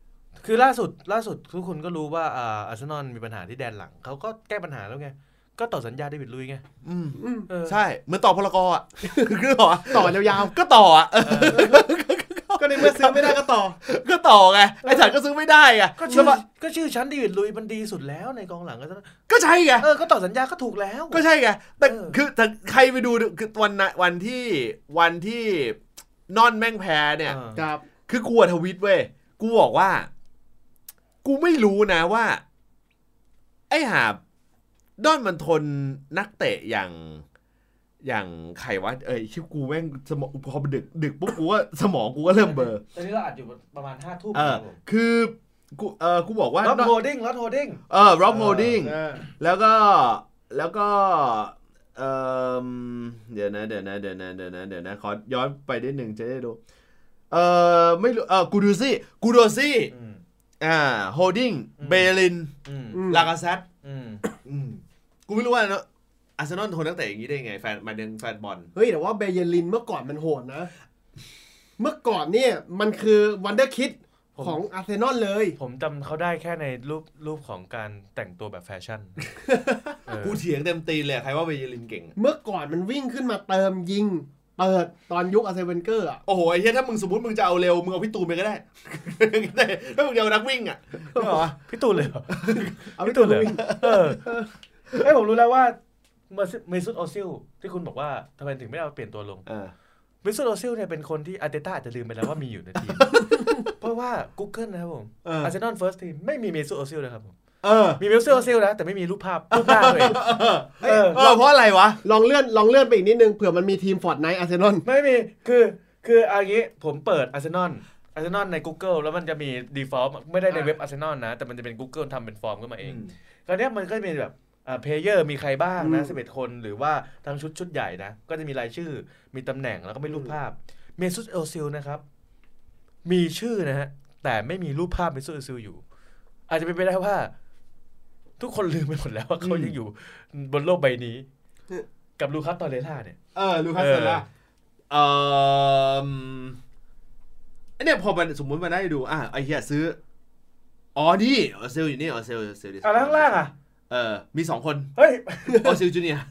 [SPEAKER 4] คือล่าสุดล่าสุดทุกคนก็รู้ว่าอ่าอาร์เซนอลมีปัญหาที่แดนหลังเขาก็แก้ปัญหาแล้วไงก็ต่อสัญญาเดวิดลุยไง
[SPEAKER 2] อืม
[SPEAKER 4] เออ
[SPEAKER 2] ใช่เหมือนต่อพลกรอ่ะคือต่อ
[SPEAKER 3] ต่อยาว
[SPEAKER 2] ก็ต่ออ่ะ
[SPEAKER 3] ๆก็ในเมื่อซื้อไม่ได้ก็ต่อ
[SPEAKER 2] ก็ต่อไงไอ้ฉันก็ซื้อไม่ได้ไง
[SPEAKER 4] ก็ชื่อก็ชื่อชั้นเดวิดลุยมันดีสุดแล้วในกองหลังก็
[SPEAKER 2] ก็ใช่ไง
[SPEAKER 4] เออก็ต่อสัญญาก็ถูกแล้ว
[SPEAKER 2] ก็ใช่ไงแต่
[SPEAKER 4] เออ
[SPEAKER 2] คือแต่ใครไปดูคือวันน่ะวันที่วันที่นอนแม่งแพ้เนี่ย
[SPEAKER 4] เออ
[SPEAKER 3] ครับ
[SPEAKER 2] คือกูอะทวิตเว้ยกูบอกว่า กูไม่รู้นะว่า ไอ้หาบดอนมันทนนักเตะอย่าง อย่างใครวะเอ้ยชื่อกูแม่งสมองพอดึกดึกปุ๊บกูก็สมองกูก็เริ่มเบลอ
[SPEAKER 4] ตอนนี้เราอัดอยู่ประมาณห้าทุ่ม
[SPEAKER 2] เออคือกูเออกูบอกว่า
[SPEAKER 4] ล็อตโฮดดิ้งล็อตโฮดดิ้ง
[SPEAKER 2] เออร็อบโมดิ้ง
[SPEAKER 3] เออ
[SPEAKER 2] แล้วก็แล้วก็เออเดี๋ยวนะเดี๋ยวนะเดี๋ยวนะเดี๋ยวนะเดี๋ยวนะขอย้อนไปนิดหนึ่งจะได้ดูเออไม่รู้เออกูดูซี่กูดูซี่อ่าโฮดดิ้งเบลินลากาเซตกูไม่รู้ว่าเนอะอาร์เซนอลทนนักเตะอย่างนี้ได้ไงแฟนมาเดนแฟนบอล
[SPEAKER 3] เฮ้ยแต่ว่าเบเยลินเมื่อก่อนมันโหดนะ เมื่อก่อนเนี่ยมันคือวันเดอร์คิดของอาร์เซนอลเลย
[SPEAKER 4] ผมจำเขาได้แค่ในรูปรูปของการแต่งตัวแบบแฟชั่น
[SPEAKER 2] กูเถียงเต็มตีนเลยใครว่าเบเยลินเก่ง
[SPEAKER 3] เมื่อก่อนมันวิ่งขึ้นมาเติมยิง เปิดตอนยุคอาร์เซนเวนเกอร์อ่ะ
[SPEAKER 2] โอ้โหไอ้เหี้ยถ้ามึงสมมติมึงจะเอาเร็วมึงเอาพี่ตูนไปก็ได้ ถ้ามึงจะเอานักวิ่งอ่ะเหรอ
[SPEAKER 4] พี่ตูนเลยเหรอ
[SPEAKER 3] เอาพี่ตูนเลย
[SPEAKER 4] เออไอ้ผมรู้แล้วว่าเมซุตโอซิลที่คุณบอกว่าทำไมถึงไม่เอาเปลี่ยนตัวลง
[SPEAKER 2] เออ
[SPEAKER 4] เมซุตโอซิลเนี่ยเป็นคนที่อาร์เตต้าอาจจะลืมไปแล้วว่ามีอยู่ในทีม เพราะว่า Google นะครับผม
[SPEAKER 2] เออ
[SPEAKER 4] อาร์เซนอลเฟิร์สทีมไม่มีเมซุตโอซิลเลยครับผม
[SPEAKER 2] เออ
[SPEAKER 4] มีเมซุตโอซิลนะแต่ไม่มีรูปภาพรูปหน้าเลย
[SPEAKER 2] เออเออเพราะอะไรวะ
[SPEAKER 3] ลองเลื่อนลองเลื่อนไปอีกนิดนึงเผื่อมันมีทีมฟอร์ดไนท์อาร์เซนอล
[SPEAKER 4] ไม่มีคือคืออันนี้ผมเปิดอาร์เซนอลอาร์เซนอลใน Google แล้วมันจะมี default ไม่ได้ในเว็บอาร์เซนอลนะแต่มันจะเป็น Google ทำเป็นฟอร์มขึ้นมาเอง คราวนี้มันก็จะมีแบบอ่าเพลเยอร์มีใครบ้างนะสิบเอ็ดคนหรือว่าทั้งชุดชุดใหญ่นะก็จะมีรายชื่อมีตำแหน่งแล้วก็ไม่รูปภาพเมซุตโอซิลนะครับมีชื่อนะฮะแต่ไม่มีรูปภาพเมซุตโอซิลอยู่อาจจะเป็นไปได้ว่าทุกคนลืมไปหมดแล้วว่าเขายังอยู่บนโลกใบนี้กับลูคัสตอเรล่าเนี่ย
[SPEAKER 2] เออลูคัสเซล่าเออไอเนี่ยพอมันสมมุติมันได้ดูอ่ะไอเหี้ยซื้ออ๋อนี่ออเซลอยู่นี่ออเซลเซล
[SPEAKER 4] อ่ะแล้วข้างล่างอ่ะ
[SPEAKER 2] เออมีสองคน
[SPEAKER 4] เฮ้ย
[SPEAKER 2] ออเซลจูเนียร์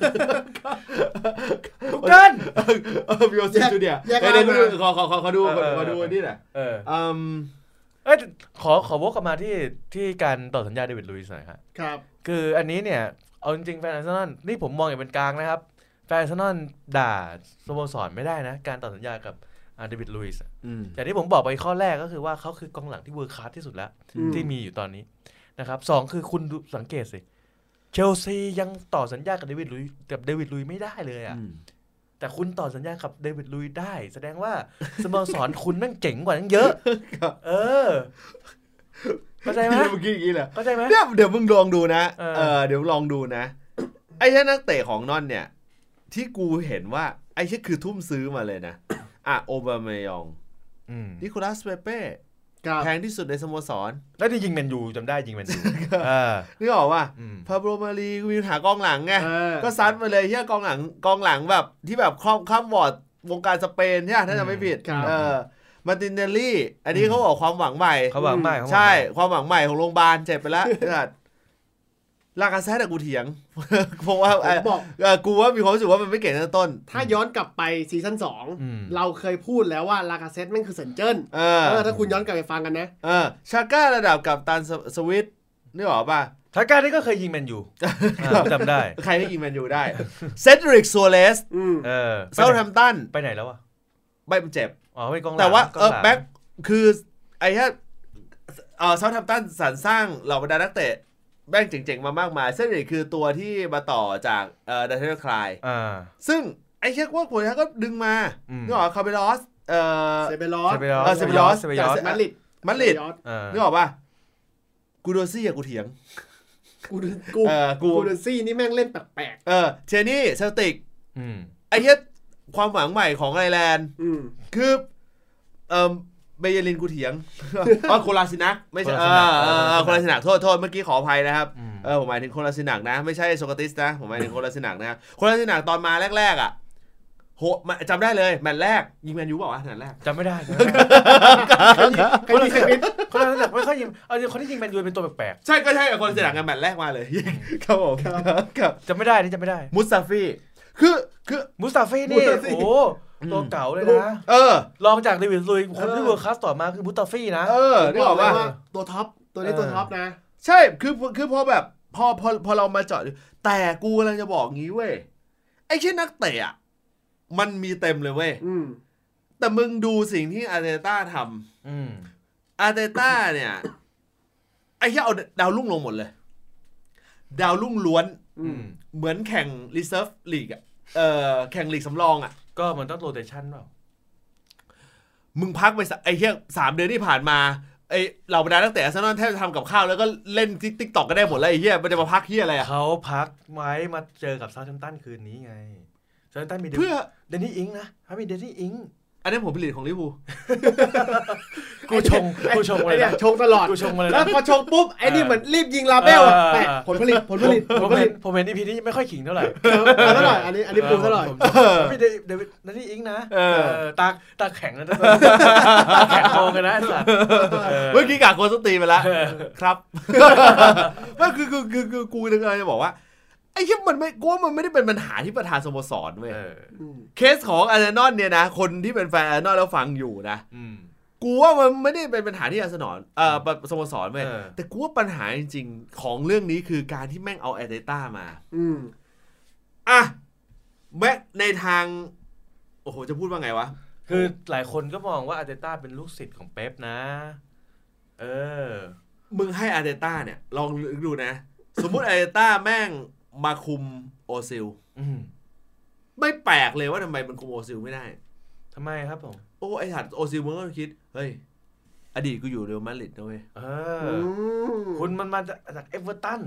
[SPEAKER 4] ทุกท่าน
[SPEAKER 2] เออมีออเซลจูเนียร์เดี๋ยวดูขอขอขอขอดูขอดูนี่แหละ
[SPEAKER 4] เออ
[SPEAKER 2] อืม
[SPEAKER 4] เอ้ยขอขอวกกลับมาที่ที่การต่อสัญญาเดวิดลุยส์หน่อยครับ
[SPEAKER 3] ครับ
[SPEAKER 4] คืออันนี้เนี่ยเอาจริงๆแฟนอาร์เซนอลนี่ผมมองอย่างเป็นกลางนะครับแฟนอาร์เซนอลด่าสโมสรไม่ได้นะการต่อสัญญากับเดวิดลุยส์อย่างที่ผมบอกไปข้อแรกก็คือว่าเขาคือกองหลังที่เวิร์คคลาสที่สุดแล้วที่มีอยู่ตอนนี้นะครับสองคือคุณสังเกตสิเชลซียังต่อสัญญากับเดวิดลุยกับเดวิดลุยไม่ได้เลยอ่ะแต่คุณต่อสัญญากับเดวิดลุยได้แสดงว่าสโมสรคุณแม่งเจ๋งกว่านั้นเยอะเออเข้าใจไหม
[SPEAKER 2] เมื่อกี้อย่างนี้แหละ
[SPEAKER 4] เข้าใจไหม
[SPEAKER 2] เนี่ยเดี๋ยวมึงลองดูนะ
[SPEAKER 4] เออ
[SPEAKER 2] เออเดี๋ยวลองดูนะไอ้เช่นนักเตะของนอนเนี่ยที่กูเห็นว่าไอ้เช่นคือทุ่มซื้อมาเลยนะอ่ะโอบามายองนิโคลัสเปเป้แพงที่สุดในสโมสร
[SPEAKER 4] แล้วที่ยิงแมนยูจำได้ยิงแมนยู
[SPEAKER 2] นึกออกว่าพาโบมารีมีปัญหากองหลังไง
[SPEAKER 3] เออ
[SPEAKER 2] ก็ซัดมาเลยที่กองหลังกองหลังแบบที่แบบครอบข้ามวอร์ดวงการสเปนใช่ไหมถ้าจำไม่ผิด
[SPEAKER 3] ครับ
[SPEAKER 2] เออมาร์ตินเนลลี่ อันนี้เขาบอกความหวังใหม่
[SPEAKER 4] เขาหวังใหม่
[SPEAKER 2] ใช่ความหวังใหม่ของโรงพยาบาลเจ็บไปแล้วลากาเซตแต่กูเถียง เพราะว่า
[SPEAKER 3] ผมบอก
[SPEAKER 2] เออกูว่ามีความรู้สึกว่ามันไม่เก่งตั้งแต่ต้น
[SPEAKER 3] ถ้าย้อนกลับไปซีซั่นสองเราเคยพูดแล้วว่าลากาเซตแม่งคือเซนเจิ้น
[SPEAKER 2] เออ
[SPEAKER 3] เออถ้าคุณย้อนกลับไปฟังกันนะ
[SPEAKER 2] เออชาก้าระดับกับตันสวิตนี่หรอป่ะ
[SPEAKER 4] ทาก้านี่ก็เคยยิงแมนยูจำได้
[SPEAKER 2] ใครก็ยิงแมนยูได้เซดริกซัวเรส
[SPEAKER 4] เออ
[SPEAKER 2] เซาท์แฮมป์ตัน
[SPEAKER 4] ไปไหนแล้ววะ
[SPEAKER 2] ไม่เป็นเจ็บ
[SPEAKER 4] อ๋อไปกองหลัง
[SPEAKER 2] แต่ว่าเออ
[SPEAKER 4] หลัง
[SPEAKER 2] แบ็คคือไอ้แค่เออเซาท์แฮมป์ตันสรรสร้างเหล่าบรรดานักเตะแม่งเจ๋งๆมามากมายเซดริกคือตัวที่มาต่อจากเอ่อดันเทลคลาย
[SPEAKER 4] อ่า
[SPEAKER 2] ซึ่งไอ้แค่ว่าคนนี้ก็ดึงมา
[SPEAKER 4] อืม
[SPEAKER 2] นึกออกคาเบลอสเอ่อ
[SPEAKER 3] เซเบลอส
[SPEAKER 4] เซเบยอ
[SPEAKER 2] เออ
[SPEAKER 4] ส
[SPEAKER 2] เซเบยอส
[SPEAKER 4] เซเบยอส
[SPEAKER 3] มาดริด
[SPEAKER 2] มาดริด
[SPEAKER 4] เออ
[SPEAKER 2] นึกออกป่ะกูโดซี่อะกูเถียง
[SPEAKER 3] กูดูกู
[SPEAKER 2] เออกู
[SPEAKER 3] กูดูซี่นี่แม่งเล่นแปลก
[SPEAKER 2] เออเชนี่เซลติก
[SPEAKER 4] อืม
[SPEAKER 2] ไอ้เหี้ยความหวังใหม่ของไอร์แลนด์
[SPEAKER 3] ๆอืม
[SPEAKER 2] คือเอ่อเบเยลินกูเถียง อ๋อโคลาซินักไม่ใช่เออเออโคลาซินักโทษโทษเมื่อกี้ขออภัยนะครับเออผมหมายถึงโคลาซินักนะไม่ใช่โซกราติสนะผมหมายถึงโคลาซินักนะครับโคลาซินักตอนมาแรกๆอ่ะโหโหจำได้เลยแมตช์แรกยิงแมนยูเปล่าวะแมตช์แรก
[SPEAKER 4] จำไม่ได้
[SPEAKER 3] ใครยิงเซมิด
[SPEAKER 4] คนนั้นแต่ไม่ค่อยยิงเอาคนที่ยิงแมนยูเป็นตัวแปลก
[SPEAKER 2] ใช่ก็ใช่คนเสียหลังกันแมตช์แรกมาเลยครับผมครับ
[SPEAKER 4] ๆจำไม่ได้นี่จำไม่ได้
[SPEAKER 2] มุสตาฟีคือคือ
[SPEAKER 4] มุสตาฟีนี่โอ้ตัวเก่าเลยนะ
[SPEAKER 2] เออ
[SPEAKER 4] ลองจากเดวิดลุยคนที่เวิร์คคลาสต่อมาคือมุสตาฟีนะ
[SPEAKER 2] เออนี่บอกว่า
[SPEAKER 3] ตัวท็อปตัวนี้ตัวท็อปนะ
[SPEAKER 2] ใช่คือคือพอแบบพอพอพอเรามาเจาะแต่กูกำลังจะบอกงี้เว้ยไอ้เช่นนักเตะอะมันมีเต็มเลยเว้ยแต่มึงดูสิ่งที่อาร์เตต้าทำอาร์เตต้าเนี่ยไอ้ที่เอาดาวรุ่งลงหมดเลยดาวรุ่งล้วนเหมือนแข่งรีเซิร์ฟลีกอะเออแข่งลีกสำรองอะ
[SPEAKER 4] ก็มันต้องโรเตชันเปล่า
[SPEAKER 2] มึงพักไปไอ้เหี้ยสามเดือนที่ผ่านมาไอ้เหล่าบรรดานักเตะอาร์เซนอลแทบจะทำกับข้าวแล้วก็เล่นติ๊กต็อกก็ได้หมดแล้วไอ้เหี้ยมันจะมาพักเหี้ยอะไรอะ
[SPEAKER 4] เขาพักไว้มาเจอกับเซาท์แฮมป์ตันคืนนี้ไงเซาท์แฮมป์ตันมี
[SPEAKER 2] เพื่อ
[SPEAKER 4] เดนนี่อิงนะเขามีเดนนี่อิง
[SPEAKER 2] อันนี้ผมผลิตของลิเวอร์พูล
[SPEAKER 4] กูชงกูชงเลยนะ
[SPEAKER 3] ชงตลอด
[SPEAKER 4] กูชงมาเลย
[SPEAKER 3] แล้วพอชงปุ๊บไอ้นี่เหมือนรีบยิงลาเบลอ่ะผลผลิตผลผลิต
[SPEAKER 4] ผมเห็นผมเห็นอีพีนี้ไม่ค่อยขิงเท่าไหร่
[SPEAKER 3] เท่าไหร่อันนี้อันนี้ปูเท่าไหร่
[SPEAKER 4] พี่เดวิดเดนนี่อิงนะตาตาแข็งนะตาแข็งโกงกันนะไอ้สัส
[SPEAKER 2] เมื่อกี้กากโกนสตีไปแล้วครับก็คือคือคือคือกูจะจะบอกว่าไอ้ที่มันไม่กูว่ามันไม่ได้เป็นปัญหาที่ประธานสโมสรเว้ยเคสของอาร์เซนอลเนี่ยนะคนที่เป็นแฟนอาร์เซนอลแล้วฟังอยู่นะกูว่ามันไม่ได้เป็นปัญหาที่อาร์เซนอลเอ่อสโมสรเว้ยแต่กูว่าปัญหาจริงๆของเรื่องนี้คือการที่แม่งเอาอาร์เตต้ามาอืมอ่ะแม้ในทางโอ้โหจะพูดว่าไงวะ
[SPEAKER 4] คือหลายคนก็มองว่าอาร์เตต้าเป็นลูกศิษย์ของเป๊ปนะเออ
[SPEAKER 2] มึงให้อาร์เตต้าเนี่ยลองดูนะสมมุติอาร์เตต้าแม่งมาคุมโอซิลไม่แปลกเลยว่าทำไมมันคุมโอซิลไม่ได้
[SPEAKER 4] ทำไมครับผม
[SPEAKER 2] โอ้ไอ้ถัดโอซิลมึงก็คิดเฮ้ยอดีตกูอยู่เรอัลมาดริดนะเว้ย
[SPEAKER 4] คุณมันมาจากเอเวอร์ตัน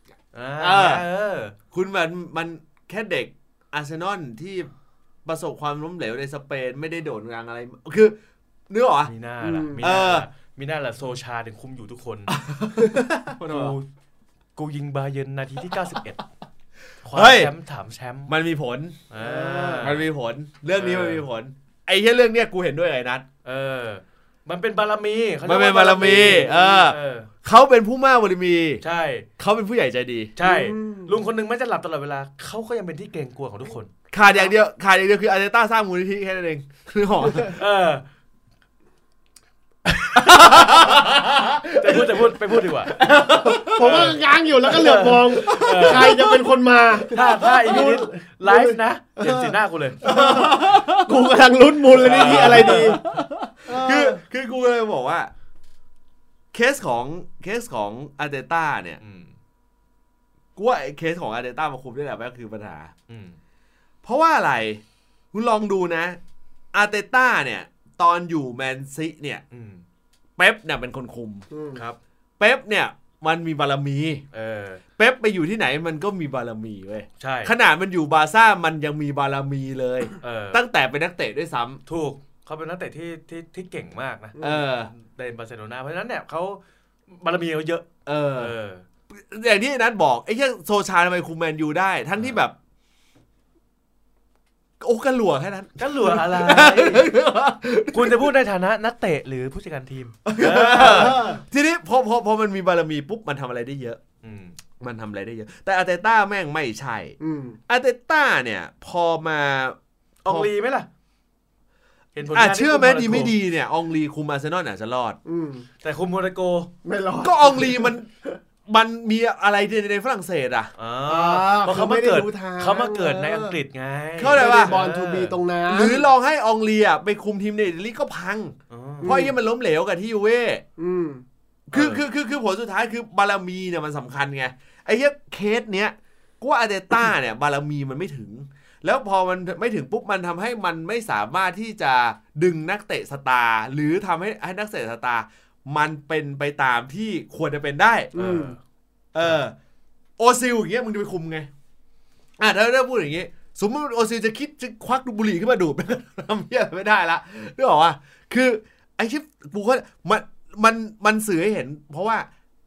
[SPEAKER 2] คุณมันมันแค่เด็กอาร์เซนอลที่ประสบความล้มเหลวในสเปนไม่ได้โดดดังอะไรคือนึกออกอ่ะ
[SPEAKER 4] มีหน้าล่ะมีหน้ามีหน้าล่ะโซชาถึงคุมอยู่ทุกคนกูยิงบาเยิร์นนาทีที่เก้าสิบเอ็ดคว้าแชมป์ถามแชมป์
[SPEAKER 2] มันมีผลมันมีผลเรื่องนี้มันมีผลไอ้แค่เรื่องเนี้ยกูเห็นด้วยไอ้นัท
[SPEAKER 4] เออมันเป็นบารมี
[SPEAKER 2] มันเป็นบารมีเออเขาเป็นผู้มากบารมี
[SPEAKER 4] ใช่
[SPEAKER 2] เขาเป็นผู้ใหญ่ใจดี
[SPEAKER 4] ใช่ลุงคนนึงไม่จะหลับตลอดเวลาเขาก็ยังเป็นที่เกรงกลัวของทุกคน
[SPEAKER 2] ขาดอย่างเดียวขาดอย่างเดียวคืออาร์เตต้าสร้างมูลนิธิแค่นั้นเองคือหอ
[SPEAKER 4] เออจะพูดจะพูดไปพูดดีกว่า
[SPEAKER 3] ผมก็ง้างอยู่แล้วก็เหลือบมองใครจะเป็นคนมา
[SPEAKER 4] ถ้าถ้าอีพีนี้ไลฟ์นะเห็นสีหน้ากูเลย
[SPEAKER 3] กูกำลังลุ้นมูลนิธิอะไรดี
[SPEAKER 2] คือคือกูเลยบอกว่าเคสของเคสของอาร์เตต้าเนี่ยกูว่าเคสของอาร์เตต้ามาคุมได้แหละก็คือปัญหาเพราะว่าอะไรคุณลองดูนะอาร์เตต้าเนี่ยตอนอยู่แมนซีเนี่ยเป๊ปเนี่ยเป็นคนคุม
[SPEAKER 4] ครับ
[SPEAKER 2] เป๊ปเนี่ยมันมีบารมีเออเป๊ปไปอยู่ที่ไหนมันก็มีบารมีเว้ย
[SPEAKER 4] ใช่
[SPEAKER 2] ขนาดมันอยู่บาร์ซ่ามันยังมีบารมีเลยเออตั้งแต่เป็นนักเตะด้วยซ้ำ
[SPEAKER 4] ถูกเขาเป็นนักเตะที่ที่ที่เก่งมากนะเออในบาร์เซโลนาเพราะฉะนั้นเนี่ยเขาบารมีเขาเยอะเออ
[SPEAKER 2] อย่างที่นัทบอกไอ้แค่โซชาทำไมคุมแมนยูได้ทั้งที่แบบโอ้กันหลัวแค่นั้น
[SPEAKER 4] กันหลัวอะไรคุณจะพูดในฐานะนักเตะหรือผู้จัดการทีม
[SPEAKER 2] ทีนี้พอพอพอมันมีบารมีปุ๊บมันทำอะไรได้เยอะมันทำอะไรได้เยอะแต่อาร์เตต้าแม่งไม่ใช่อาร์เตต้าเนี่ยพอมา
[SPEAKER 4] อองลีไหมล่ะ
[SPEAKER 2] เห็นผลงานเชื่อไหมดีไม่ดีเนี่ยอองลีคุมอาร์เซนอลอาจจะรอด
[SPEAKER 4] แต่คุมโมนาโก
[SPEAKER 3] ไม่รอด
[SPEAKER 2] ก็อองลีมันมันมีอะไรในฝรั่งเศสอ่ะ
[SPEAKER 4] เพราะเขามาเกิดเขามาเกิดในอังกฤษไง
[SPEAKER 2] เข้าใจว่า
[SPEAKER 3] บอลทูบีตรงนั้น
[SPEAKER 2] หรือลองให้อองลีอ่ะไปคุมทีมในอิตาลีก็พังเพราะยังมันล้มเหลวกับที่ยูเว่คือคือคือคือผลสุดท้ายคือบารมีเนี่ยมันสำคัญไงไอ้เหี้ยเคสเนี้ยกูว่าอาร์เตต้าเนี่ยบารมีมันไม่ถึงแล้วพอมันไม่ถึงปุ๊บมันทำให้มันไม่สามารถที่จะดึงนักเตะสตาร์หรือทำให้ให้นักเตะสตาร์มันเป็นไปตามที่ควรจะเป็นได้เออโอซิลอย่างเงี้ยมึงจะไปคุมไงอ่ะถ้าได้พูดอย่างงี้สมมติโอซิลจะคิดจะควักดูบุหรี่ขึ้นมาดูดทำเหี้ยไม่ได้ละนึกออกป่ะคือไอ้ชิปกูก็มันมันมันสื่อให้เห็นเพราะว่า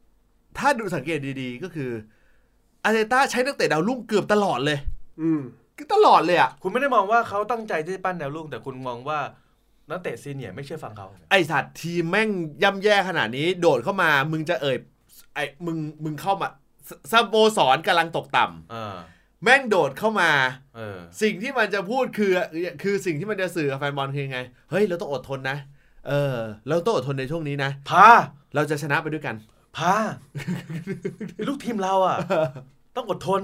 [SPEAKER 2] ถ้าดูสังเกตดีๆก็คืออาร์เตต้าใช้นักเตะดาวรุ่งเกือบตลอดเลยตลอดเลยอ่ะ
[SPEAKER 4] คุณไม่ได้มองว่าเขาตั้งใจที่จะปั้นแนวรุ่งแต่คุณมองว่านักเตะซีเนียร์ไม่เชื่อฟังเขา
[SPEAKER 2] ไอสัตว์ทีมแม่งย่ำแย่ขนาดนี้โดดเข้ามามึงจะเอ่ยไอมึงมึงเข้ามาสโมสรกำลังตกต่ำแม่งโดดเข้ามาสิ่งที่มันจะพูดคือคือสิ่งที่มันจะสื่อกับแฟนบอลคือไงเฮ้ยเราต้องอดทนนะเออเราต้องอดทนในช่วงนี้นะ
[SPEAKER 4] พา
[SPEAKER 2] เราจะชนะไปด้วยกัน
[SPEAKER 4] พาลูกทีมเราอ่ะต้องอดทน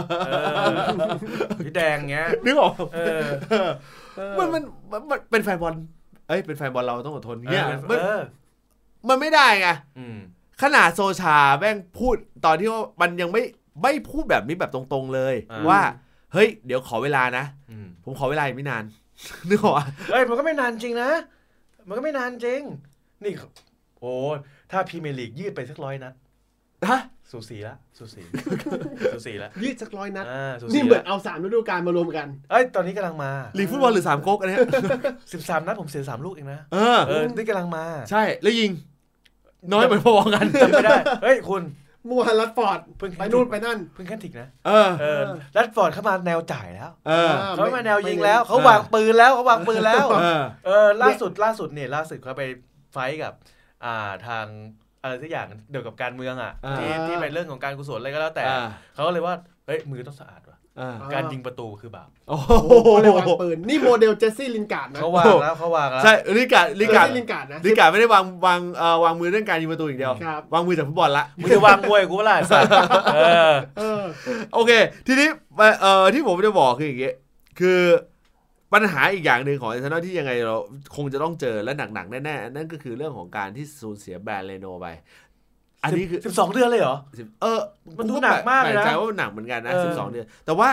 [SPEAKER 4] พี่แดงเงี้ย
[SPEAKER 2] นึกออกมันมันมันเป็นแฟนบอลเอ้ยเป็นแฟนบอลเราต้องอดทนเงี้ยมันมันไม่ได้ไงขนาดโซชาแม่งพูดตอนที่ว่ามันยังไม่ไม่พูดแบบนี้แบบตรงๆเลยว่าเฮ้ยเดี๋ยวขอเวลานะผมขอเวลาอีกไม่นานนึกออก
[SPEAKER 4] เฮ้ยมันก็ไม่นานจริงนะมันก็ไม่นานจริงนี่โอ้ถ้าพรีเมียร์ลีกยืดไปสักร้อยนัด
[SPEAKER 2] ฮะ
[SPEAKER 4] สูสีละสูสีสูสีละ
[SPEAKER 3] ยืดสักร้อยนัดนี่เหมือนเอาสามฤดูกาลมารวมกัน
[SPEAKER 4] เอ้ยตอนนี้กำลังมา
[SPEAKER 2] ลีกฟุตบอลหรือสามก๊กอันนี้
[SPEAKER 4] สิบสามนัดผมเสียสามลูกเองนะ
[SPEAKER 2] เออ
[SPEAKER 4] เออนี่กำลังมา
[SPEAKER 2] ใช่แล้วยิงน้อยเหมือนพอๆกัน
[SPEAKER 4] จำไม่ได้เฮ้ยคุณ
[SPEAKER 3] มัวรัดฟอร์ดไปนู่นไปนั่น
[SPEAKER 4] เพิ่งแค่ถิกนะ
[SPEAKER 2] เออ
[SPEAKER 4] เออรัดฟอร์ดเข้ามาแนวจ่ายแล้ว
[SPEAKER 2] เออ
[SPEAKER 4] เขามาแนวยิงแล้วเขาวางปืนแล้วเขาวางปืนแล้วเออล่าสุดล่าสุดเนี่ยล่าสุดเขาไปไฟท์กับอ่าทางอะไรสักอย่างเกี่ยวกับการเมืองอ่ะที่ที่เป็นเรื่องของการกุศลอะไรก็แล้วแต่เขาก็เลยว่าเฮ้ยมือต้องสะอาดว่ะการยิงประตูคือบาป
[SPEAKER 2] โอ้
[SPEAKER 3] โหเลยวางปืนนี่โมเดลเจสซี่ลินการ์ดนะ
[SPEAKER 4] เขาวางแล้วเขาวางแล้ว
[SPEAKER 2] ใช่ลินการ์ดลินการ์ด
[SPEAKER 3] ลินการ์ดนะ
[SPEAKER 2] ลินการ์ดไม่ได้วางวางเอ่อวางมือเรื่องการยิงประตูอย่างเดียววางมือจากฟุตบอลละ
[SPEAKER 4] มึงจะวางมวยกูล่ะสัตว์เออ
[SPEAKER 2] โอเคทีนี้เอ่อที่ผมจะบอกคืออย่างเงี้ยคือปัญหาอีกอย่างหนึ่งของอาร์เซนอลที่ยังไงเราคงจะต้องเจอและหนักๆแน่ๆนั่นก็คือเรื่องของการที่สูญเสียแบรนด์เรโนไปอันนี้คือ
[SPEAKER 4] สิบสองเดือนเลยเหรอ
[SPEAKER 2] เออ
[SPEAKER 4] มันดูหนักมากเลยนะ
[SPEAKER 2] ใจว่าหนักเหมือนกันนะสิบสองเดือนแต่ว่า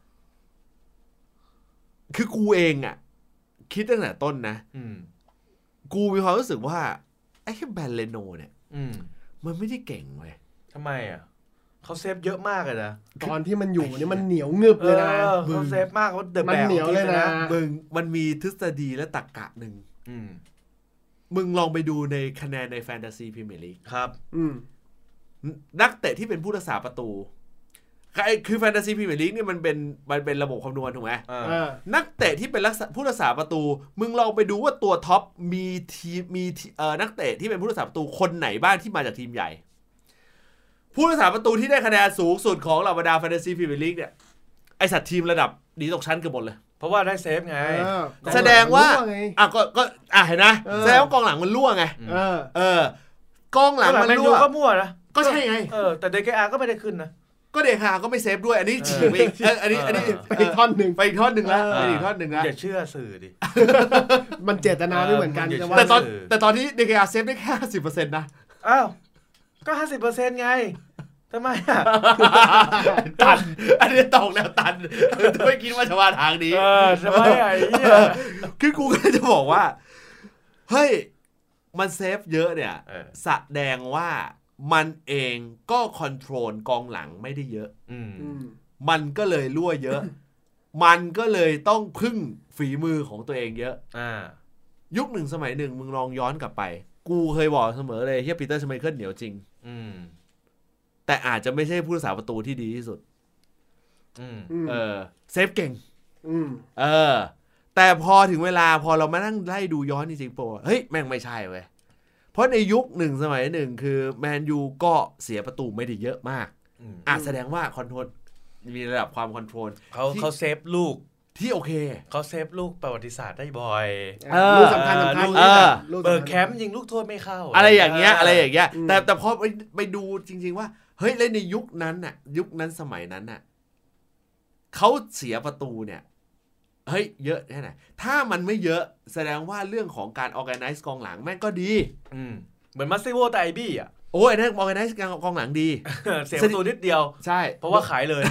[SPEAKER 2] คือกูเองอ่ะคิดตั้งแต่ต้นนะกูมีความรู้สึกว่าไอ้แค่แบรนด์เรโนเนี่ยมันไม่ได้เก่งเลย
[SPEAKER 4] ทำไมอ่ะเขาเซฟเยอะมากเลยนะ
[SPEAKER 3] ตอนที่มันอยู่เนี่ยมันเหนียวเงือบเลยนะ
[SPEAKER 4] เขาเซฟมากเขาเดอะแบก
[SPEAKER 3] มันเหนียวเลยนะ
[SPEAKER 2] มึงมันมีทฤษฎีและตรรกะหนึ่งมึงลองไปดูในคะแนนในแฟนตาซีพรีเมียร์ลีก
[SPEAKER 4] ครับ
[SPEAKER 2] นักเตะที่เป็นผู้รักษาประตูคือแฟนตาซีพรีเมียร์ลีกเนี่ยมันเป็นมันเป็นระบบคำนวณถูกไหมนักเตะที่เป็นผู้รักษาประตูมึงลองไปดูว่าตัวท็อปมีทีมีเอ่อนักเตะที่เป็นผู้รักษาประตูคนไหนบ้างที่มาจากทีมใหญ่ผู้รักษาประตูที่ได้คะแนนสูงสุดของเหล่าบรรดาแฟนตาซีพรีเมียร์ลีกเนี่ยไอสัตว์ทีมระดับหนีตกชั้นเกือบหมดเลย
[SPEAKER 4] เพราะว่าได้เซฟไง
[SPEAKER 2] แสดงว่าอ่ะก็ก็อ่ะเห็นนะแสดงว่ากองหลังมันรั่วไง
[SPEAKER 3] เออ
[SPEAKER 2] เออกองหลังมันรั่ว
[SPEAKER 4] ก็มั่วนะ
[SPEAKER 2] ก็ใช่ไง
[SPEAKER 4] เออแต่เดกอาก็ไม่ได้ขึ้นนะ
[SPEAKER 2] ก็เดคาก็ไม่เซฟด้วยอันนี้ฉีกไปอีกอันนี้อันนี้
[SPEAKER 3] ไปอีกท่อนหนึ่ง
[SPEAKER 2] ไปอีกท่อนหนึ่งแล้วไปอีกท่อนหนึ่งแล้ว
[SPEAKER 4] อย่าเชื่อสื่อดิ
[SPEAKER 3] มันเจตนาไม่เหมือนกัน
[SPEAKER 2] แต่ตอนแต่ตอนนี้เดคาเซฟได้แค่ห้าสิบเปอร์เซ็นต์นะ
[SPEAKER 4] อ้าวก็ห้าสิบเปอร์เซ็นต์ไงทำไมอ่ะ
[SPEAKER 2] ตันอันนี้ตกแล้วตันไม่คิดว่าจะมาทางนี้
[SPEAKER 4] เออทำไมไอ้เนี่ย
[SPEAKER 2] คือกูก็จะบอกว่าเฮ้ยมันเซฟเยอะเนี่ยแสดงว่ามันเองก็คอนโทรลกองหลังไม่ได้เยอะมันก็เลยรั่วเยอะมันก็เลยต้องพึ่งฝีมือของตัวเองเยอะยุคหนึ่งสมัยหนึ่งมึงลองย้อนกลับไปกูเคยบอกเสมอเลยเฮียปีเตอร์ชไมเคิลเหนียวจริงแต่อาจจะไม่ใช่ผู้รักษาประตูที่ดีที่สุดเออเซฟเก่งเออแต่พอถึงเวลาพอเรามานั่งไล่ดูย้อนจริงๆโปรเฮ้ยแม่งไม่ใช่เว้ยเพราะในยุคหนึ่งสมัยหนึ่งคือแมนยูก็เสียประตูไม่ได้เยอะมากอ่ะแสดงว่าคอนโทรลมีระดับความคอนโทรล
[SPEAKER 4] เขาเขาเซฟลูก
[SPEAKER 2] ที่โอเค
[SPEAKER 4] เขาเซฟลูกประวัติศาสตร์ได้บ่อย
[SPEAKER 3] ลูกสำคัญสำคัญ
[SPEAKER 4] เบิร์กแคมป์ยิงลูกโทษไม่เข้า
[SPEAKER 2] อะไรอย่างเงี้ยอะไรอย่างเงี้ยแต่แต่พอไปไปดูจริงๆว่าเฮ้ยแล้วในยุคนั้นน่ะยุคนั้นสมัยนั้นน่ะเขาเสียประตูเนี่ยเฮ้ยเยอะแค่ไหนถ้ามันไม่เยอะแสดงว่าเรื่องของการ organize กองหลังแม่งก็ดี
[SPEAKER 4] เหมือนมัสซิโวไตบี้อ่ะ
[SPEAKER 2] โอ้ยนั่น organize กองหลังดี
[SPEAKER 4] เสียประตูนิดเดียว
[SPEAKER 2] ใช่
[SPEAKER 4] เพราะว่าขายเลย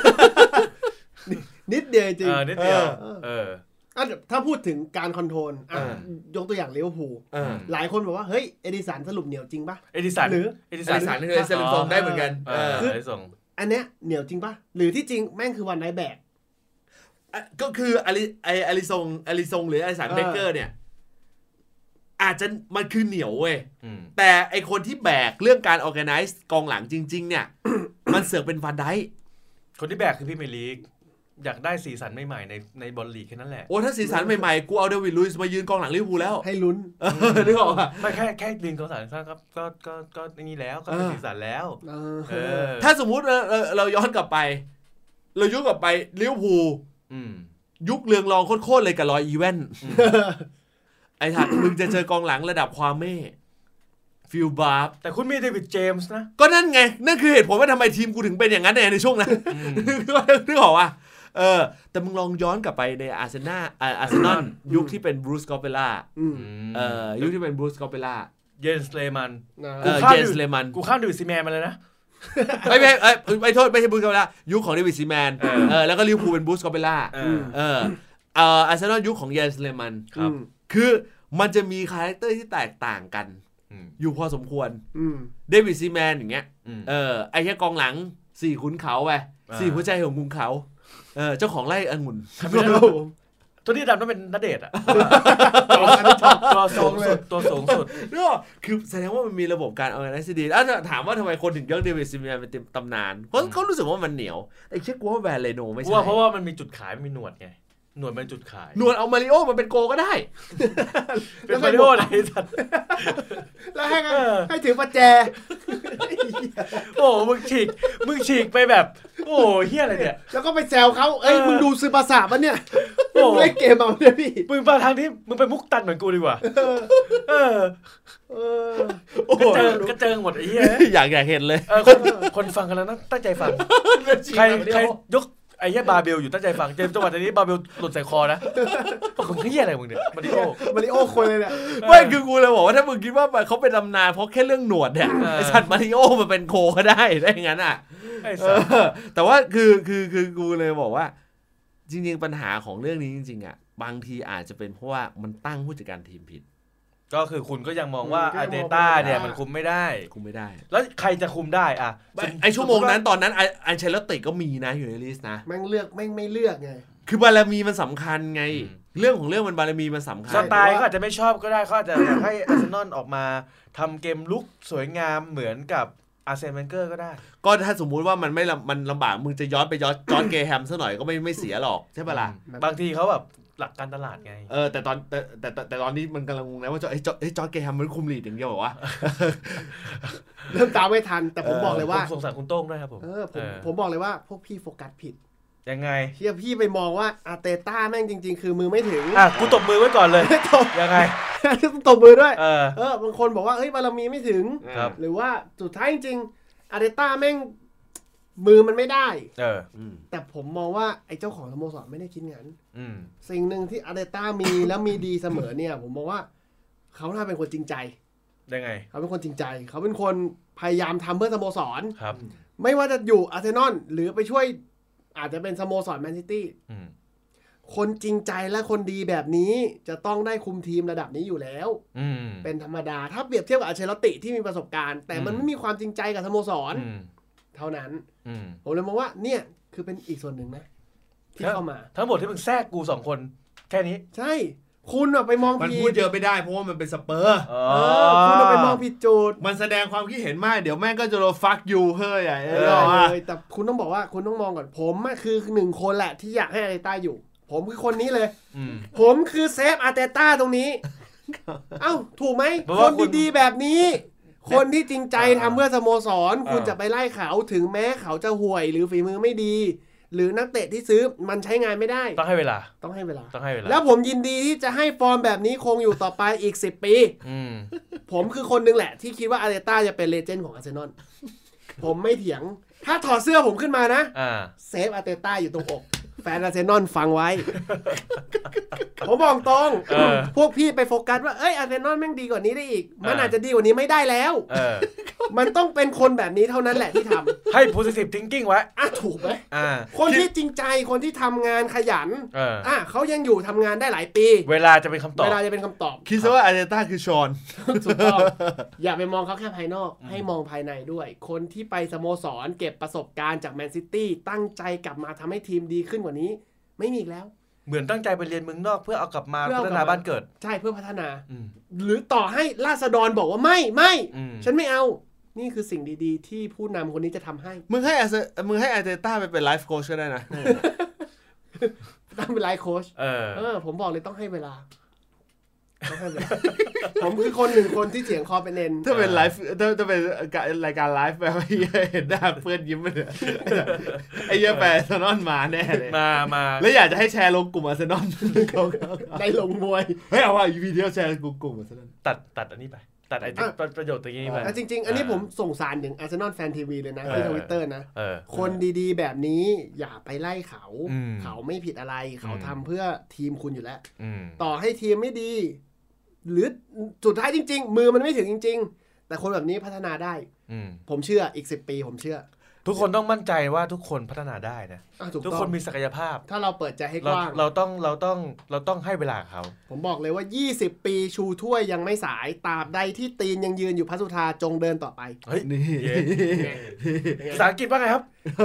[SPEAKER 3] นิดเดียวจริง
[SPEAKER 4] นิดเดียวเออ
[SPEAKER 3] ถ้าพูดถึงการคอนโทรลยกตัวอย่างลิเวอร์พูลหลายคนบอกว่าเฮ้ยเอดิสันสรุปเหนียวจริงป่ะ
[SPEAKER 4] เอดิสัน
[SPEAKER 3] หรือ
[SPEAKER 2] เอดิสันคือเอดิสันส่งได้เหมือนกัน
[SPEAKER 3] คืออันเนี้ยเหนียวจริงป่ะหรือที่จริงแม่งคือวันไนท์แบก
[SPEAKER 2] ก็คืออลิไออลิซงอลิซงหรืออลิสันเบเกอร์เนี่ยอาจจะมันคือเหนียวเว้ยแต่ไอคนที่แบกเรื่องการ organize กองหลังจริงๆเนี่ยมันเสือกเป็นฟันได
[SPEAKER 4] คนที่แบกคือพี่เมลีกอยากได้สีสันใหม่ๆในในบอลลีกแค่นั้นแหละ
[SPEAKER 2] โอ้ถ้าสีสันใหม่ๆกูเอาเดวิดลุยส์มายืนกองหลังลิเวอร์พูลแล้ว
[SPEAKER 3] ให้ลุ้น
[SPEAKER 2] นึกออกป่ะ
[SPEAKER 4] ไม่แค่แค่ดินกองสารครับก็ก็ก็นี่แล้วก็เป็นสีสันแล้วเออ
[SPEAKER 2] ถ้าสมมุติเราเราย้อนกลับไปเราย้อนกลับไปลิเวอร์พูลยุคเรืองรองโคตรๆเลยกับรอยอีเวนต์ไอ้ถัดมึงจะเจอกองหลังระดับความเม่ฟิลบาร์
[SPEAKER 4] แต่คุณมีเดวิดเจมส์นะ
[SPEAKER 2] ก็นั่นไงนั่นคือเหตุผลว่าทำไมทีมกูถึงเป็นอย่างนั้นในช่วงนั้นนึกออกป่ะเออแต่มึงลองย้อนกลับไปในอาร์เซนอลอาร์เซนอลยุคที่เป็นบรูซกอปเปล่าเออยุคที่เป็นบรูซกอปเปล่า
[SPEAKER 4] เยนสเลมัน
[SPEAKER 2] เออเยนสเลมัน
[SPEAKER 4] กูข้ามเดวิดซีแมนมาเลยนะ
[SPEAKER 2] ไม่ไม่เอ้ยไม่โทษไม่ใช่บรูซกอปเปล่ายุคของเดวิดซีแมนเออแล้วก็ลิเวอร์พูลเป็นบรูซกอปเปล่าเออเอออาร์เซนอลยุคของเยนสเลมัน
[SPEAKER 4] ครับ
[SPEAKER 2] คือมันจะมีคาแรคเตอร์ที่แตกต่างกันอยู่พอสมควรเดวิดซีแมนอย่างเงี้ยเออไอ้แค่กองหลังสี่ขุนเขาไปสี่หัวใจของขุนเขาเออเจ้าของไร่องุ่น
[SPEAKER 4] ตัวนี้ดำต้องเป็นณเดชน์อ่ะตัวสูงสุดตัวสูงสุด
[SPEAKER 2] ก็คือแสดงว่ามันมีระบบการเอาไงนะซีดีแล้วถามว่าทำไมคนถึงยกเดวิดซีแมนเป็นตำนานเพราะเขารู้สึกว่ามันเหนียวไอ้เช็คกูว่าแวร์เลโนไม่ใช่
[SPEAKER 4] เพราะว่ามันมีจุดขายมันมีหนวดไงหนวดเป็นจุดขาย
[SPEAKER 2] หนวดเอามาริโอมาเป็นโกก็ได้
[SPEAKER 4] เป็นมาริโออะไรสัตว์
[SPEAKER 3] แล้วให้ให้ถือประแจ
[SPEAKER 4] โอ้มึงฉีกมึงฉีกไปแบบโอ้เฮี้ยอะไรเนี่ย
[SPEAKER 3] แล้วก็ไปแซวเขาเอ้ยมึงดูซื้อภาษาปะเนี่ยโอ้เล่นเกมเอาเนี่ยพี่
[SPEAKER 4] มึงมาทางที่มึงไปมุกตันเหมือนกูดีกว่าเออเออกระเจิงกระเจิงหมดไอ้เหี้ย
[SPEAKER 2] อยากอยากเห็นเลย
[SPEAKER 4] คนคนฟังกันแล้วนะตั้งใจฟังใครใครยกไอ้เหี้ยบาเบลอยู่ตั้งใจฟังเจมจังหวะนี้บาเบลหลุดใส่คอนะมึงเหี้ยอะไรมึงเนี่ยมาริโอ
[SPEAKER 3] มาริโอคนเลยเนี่ย
[SPEAKER 2] ไม่คือกูเลยบอกว่าถ้ามึงคิดว่าเขาเป็นตำนานเพราะแค่เรื่องหนวดเนี่ยไอ้สัตว์มาริโอมันเป็นโคก็ได้ได้งั้นอ่ะแต่ว่าคือคือคือกูเลยบอกว่าจริงๆปัญหาของเรื่องนี้จริงๆอ่ะบางทีอาจจะเป็นเพราะว่ามันตั้งผู้จัดการทีมผิด
[SPEAKER 4] ก็คือคุณก็ยังมองว่าอาร์เตต้าเนี่ยมันคุมไม่ได้
[SPEAKER 2] คุมไม่ได้
[SPEAKER 4] แล้วใครจะคุมได้อ่ะ
[SPEAKER 2] ไอชั่วโมงนั้นตอนนั้นไอเชลติก็มีนะอยู่ในลิสต์นะ
[SPEAKER 3] แม่งเลือกแม่งไม่เลือกไง
[SPEAKER 2] คือบารมีมันสำคัญไงเรื่องของเรื่องมันบารมีมันสำคัญ
[SPEAKER 4] สไตล์ก็อาจจะไม่ชอบก็ได้เขาอาจจะอยากให้อาร์เซนอลออกมาทำเกมลุกสวยงามเหมือนกับอาร์เซนเวนเกอร์ก็ได้
[SPEAKER 2] ก็ถ้าสมมุติว่ามันไม่มันลำบากมึงจะย้อนไปย้อนจอร์จเกแฮมซะหน่อยก็ไม่ไม่เสียหรอกใช่ป่ะล่ะ
[SPEAKER 4] บางทีเขาแบบหลักการตลาดไง
[SPEAKER 2] เออแต่ตอนแต่แต่แต่ตอนนี้มันกำลังงงนะว่าจอร์จจอร์จเกแฮมมันคุมลีดอย่างเดียวเหรอวะ
[SPEAKER 3] เริ่มตามไม่ทันแต่ผมบอกเลยว่า
[SPEAKER 4] สงสารคุณโต้งด้วยครับผม
[SPEAKER 3] เออผมผมบอกเลยว่าพวกพี่โฟกัสผิด
[SPEAKER 4] ยังไง
[SPEAKER 3] เฮียพี่ไปมองว่าอาร์เตต้าแม่งจริงๆคือมือไม่ถึง
[SPEAKER 4] อ่ะกูตบมือไว้ก่อนเลยยังไง
[SPEAKER 3] ตบมือด้วยเออเออบางคนบอกว่าเฮ้ยบารมีไม่ถึงหรือว่าสุดท้ายจริงๆอาร์เตต้าแม่งมือมันไม่ได้
[SPEAKER 4] เออ
[SPEAKER 3] แต่ผมมองว่าไอ้เจ้าของสโมสรไม่ได้คิดงั้นสิ่งหนึ่งที่อาร์เตต้ามีแล้วมีดีเสมอเนี่ยผมมองว่าเขาน่าเป็นคนจริงใจ
[SPEAKER 4] ยังไง
[SPEAKER 3] เขาเป็นคนจริงใจเขาเป็นคนพยายามทำเพื่อสโมสร
[SPEAKER 4] ครับ
[SPEAKER 3] ไม่ว่าจะอยู่อาร์เซนอลหรือไปช่วยอาจจะเป็นสโมสรแมนซิตี้คนจริงใจและคนดีแบบนี้จะต้องได้คุมทีมระดับนี้อยู่แล้วเป็นธรรมดาถ้าเปรียบเทียบกับอัลเชลติที่มีประสบการณ์แต่มันไม่มีความจริงใจกับสโมสรเท่านั้นผมเลยมองว่าเนี่ยคือเป็นอีกส่วนหนึ่งนะที่เข้ามา
[SPEAKER 4] ทั้งหมดที่มึงแทรกกูสองคนแค่นี้
[SPEAKER 3] ใช่คุณอะไปมองผิด
[SPEAKER 2] มันพูดเยอะไม่ได้เพราะว่ามันเป็นสเปอร์
[SPEAKER 3] คุณอะไปมองผิดจุด
[SPEAKER 2] มันแสดงความคิดเห็นมากเดี๋ยวแม่งก็จะโดนฟักยูเฮ้ยไอ้
[SPEAKER 3] เลยแต่คุณต้องบอกว่าคุณต้องมองก่อนผมคือหนึ่งคนแหละที่อยากให้อาร์เตต้าอยู่ผมคือคนนี้เลยผมคือเซฟอาร์เตต้าตรงนี้เอ้าถูกไหมคนดีๆแบบนี้คนที่จริงใจทำเพื่อสโมสรคุณจะไปไล่เขาถึงแม้เขาจะห่วยหรือฝีมือไม่ดีหรือนักเตะที่ซื้อมันใช้งานไม่ได้
[SPEAKER 4] ต้องให้เวลา
[SPEAKER 3] ต้องให้เวลา
[SPEAKER 4] ต้องให้เวลา
[SPEAKER 3] แล้วผมยินดีที่จะให้ฟอร์มแบบนี้คงอยู่ต่อไปอีกสิบปีผมคือคนนึงแหละที่คิดว่าอาร์เตต้าจะเป็นเลเจนด์ของอาร์เซนอลผมไม่เถียงถ้าถอดเสื้อผมขึ้นมานะเซฟอาร์เตต้าอยู่ตรงอกแฟนอาร์เซนอลฟังไว้ผมบอกตรงพวกพี่ไปโฟกัสว่าเอ้ยอาร์เซนอลแม่งดีกว่านี้ได้อีกมันอาจจะดีกว่านี้ไม่ได้แล้วมันต้องเป็นคนแบบนี้เท่านั้นแหละที่ท
[SPEAKER 4] ำให้ positive thinking ไว้
[SPEAKER 3] อ่ะถูกไหมคนที่จริงใจคนที่ทำงานขยันอ่ะเขายังอยู่ทำงานได้หลายปี
[SPEAKER 4] เวลาจะเป็นคำตอบ
[SPEAKER 3] เวลาจะเป็นคำตอบ
[SPEAKER 2] คิดซะว่าอาร์เตต้าคือชอน
[SPEAKER 3] ถูกต้องอย่าไปมองเขาแค่ภายนอกให้มองภายในด้วยคนที่ไปสโมสรเก็บประสบการณ์จากแมนซิตี้ตั้งใจกลับมาทำให้ทีมดีขึ้นกว่านี้ไม่มีอีกแล้ว
[SPEAKER 4] เหมือนตั้งใจไปเรียนเมืองนอกเพื่อเอากลับมาพัฒนาบ้านเกิด
[SPEAKER 3] ใช่เพื่อพัฒนาหรือต่อให้ราษฎรบอกว่าไม่ไม่ฉันไม่เอานี่คือสิ่งดีๆที่ผู้นำคนนี้จะทำให้
[SPEAKER 2] มึงให้มึงให้อาร์เตต้าไปเป็นไลฟ์โค้ชก็ได้นะ
[SPEAKER 5] ตั้งเป็นไลฟ์โค้ช
[SPEAKER 4] เออ
[SPEAKER 5] เออผมบอกเลยต้องให้เวลาต้องให้เวลา ผมคือคนหนึ่งคนที่เสียงคอเป็นเอ็น
[SPEAKER 2] ถ้าเป็นไลฟ์ถ้าถ้าเป็นรายการไลฟ์แบบเห็นหน้าเพื่อนยิ้มมันเนี่ยไอ้เหี้ยแปลอาร์เซนอลมาแน่เลย
[SPEAKER 4] มามา
[SPEAKER 2] แล้วอยากจะให้แชร์ลงกลุ่มอาร์เซนอลเขา
[SPEAKER 5] ได้ลงมวย
[SPEAKER 2] เฮ้ยเอาว่าอีพีเดียวแชร์กลุ่มกลุ่มอาร์เซนอล
[SPEAKER 4] ตัดตัดอันนี้ไปตัดไอ้ที่ประโยชน์ตรงนี้ไป
[SPEAKER 5] อ่ะจริง ๆ อันนี้ผมส่งสารถึงอาร์เซนอลแฟนทีวีเลยนะที่
[SPEAKER 4] เออ
[SPEAKER 5] ทวิตเตอร์นะ
[SPEAKER 4] เออ
[SPEAKER 5] คนดีๆแบบนี้อย่าไปไล่เขา
[SPEAKER 4] อืม
[SPEAKER 5] เขาไม่ผิดอะไรเขา
[SPEAKER 4] อืม
[SPEAKER 5] ทำเพื่อทีมคุณอยู่แล้ว
[SPEAKER 4] อืม
[SPEAKER 5] ต่อให้ทีมไม่ดี หรือสุดท้ายจริง ๆ มือมันไม่ถึงจริง ๆ แต่คนแบบนี้พัฒนาได้
[SPEAKER 4] อืม
[SPEAKER 5] ผมเชื่ออีกสิบปีผมเชื่อ
[SPEAKER 4] ทุกคนต้องมั่นใจว่าทุกคนพัฒนาได้นะ
[SPEAKER 5] อ่ะถูก
[SPEAKER 4] ทุก
[SPEAKER 5] ต้อ
[SPEAKER 4] ค
[SPEAKER 5] ง
[SPEAKER 4] นมีศักยภาพ
[SPEAKER 5] ถ้าเราเปิดใจให้ก
[SPEAKER 4] เรา
[SPEAKER 5] ว้าง
[SPEAKER 4] เราต้องเราต้องเราต้องให้เวลาเขา
[SPEAKER 5] ผมบอกเลยว่า ยี่สิบ ปีชูถ้วยยังไม่สายตราบใดที่ตีนยังยืนอยู่พระสุธาจงเดินต่อไป
[SPEAKER 4] เฮ้ย
[SPEAKER 2] นี่
[SPEAKER 4] เย้ภาษาอังกฤษว่าไงครับ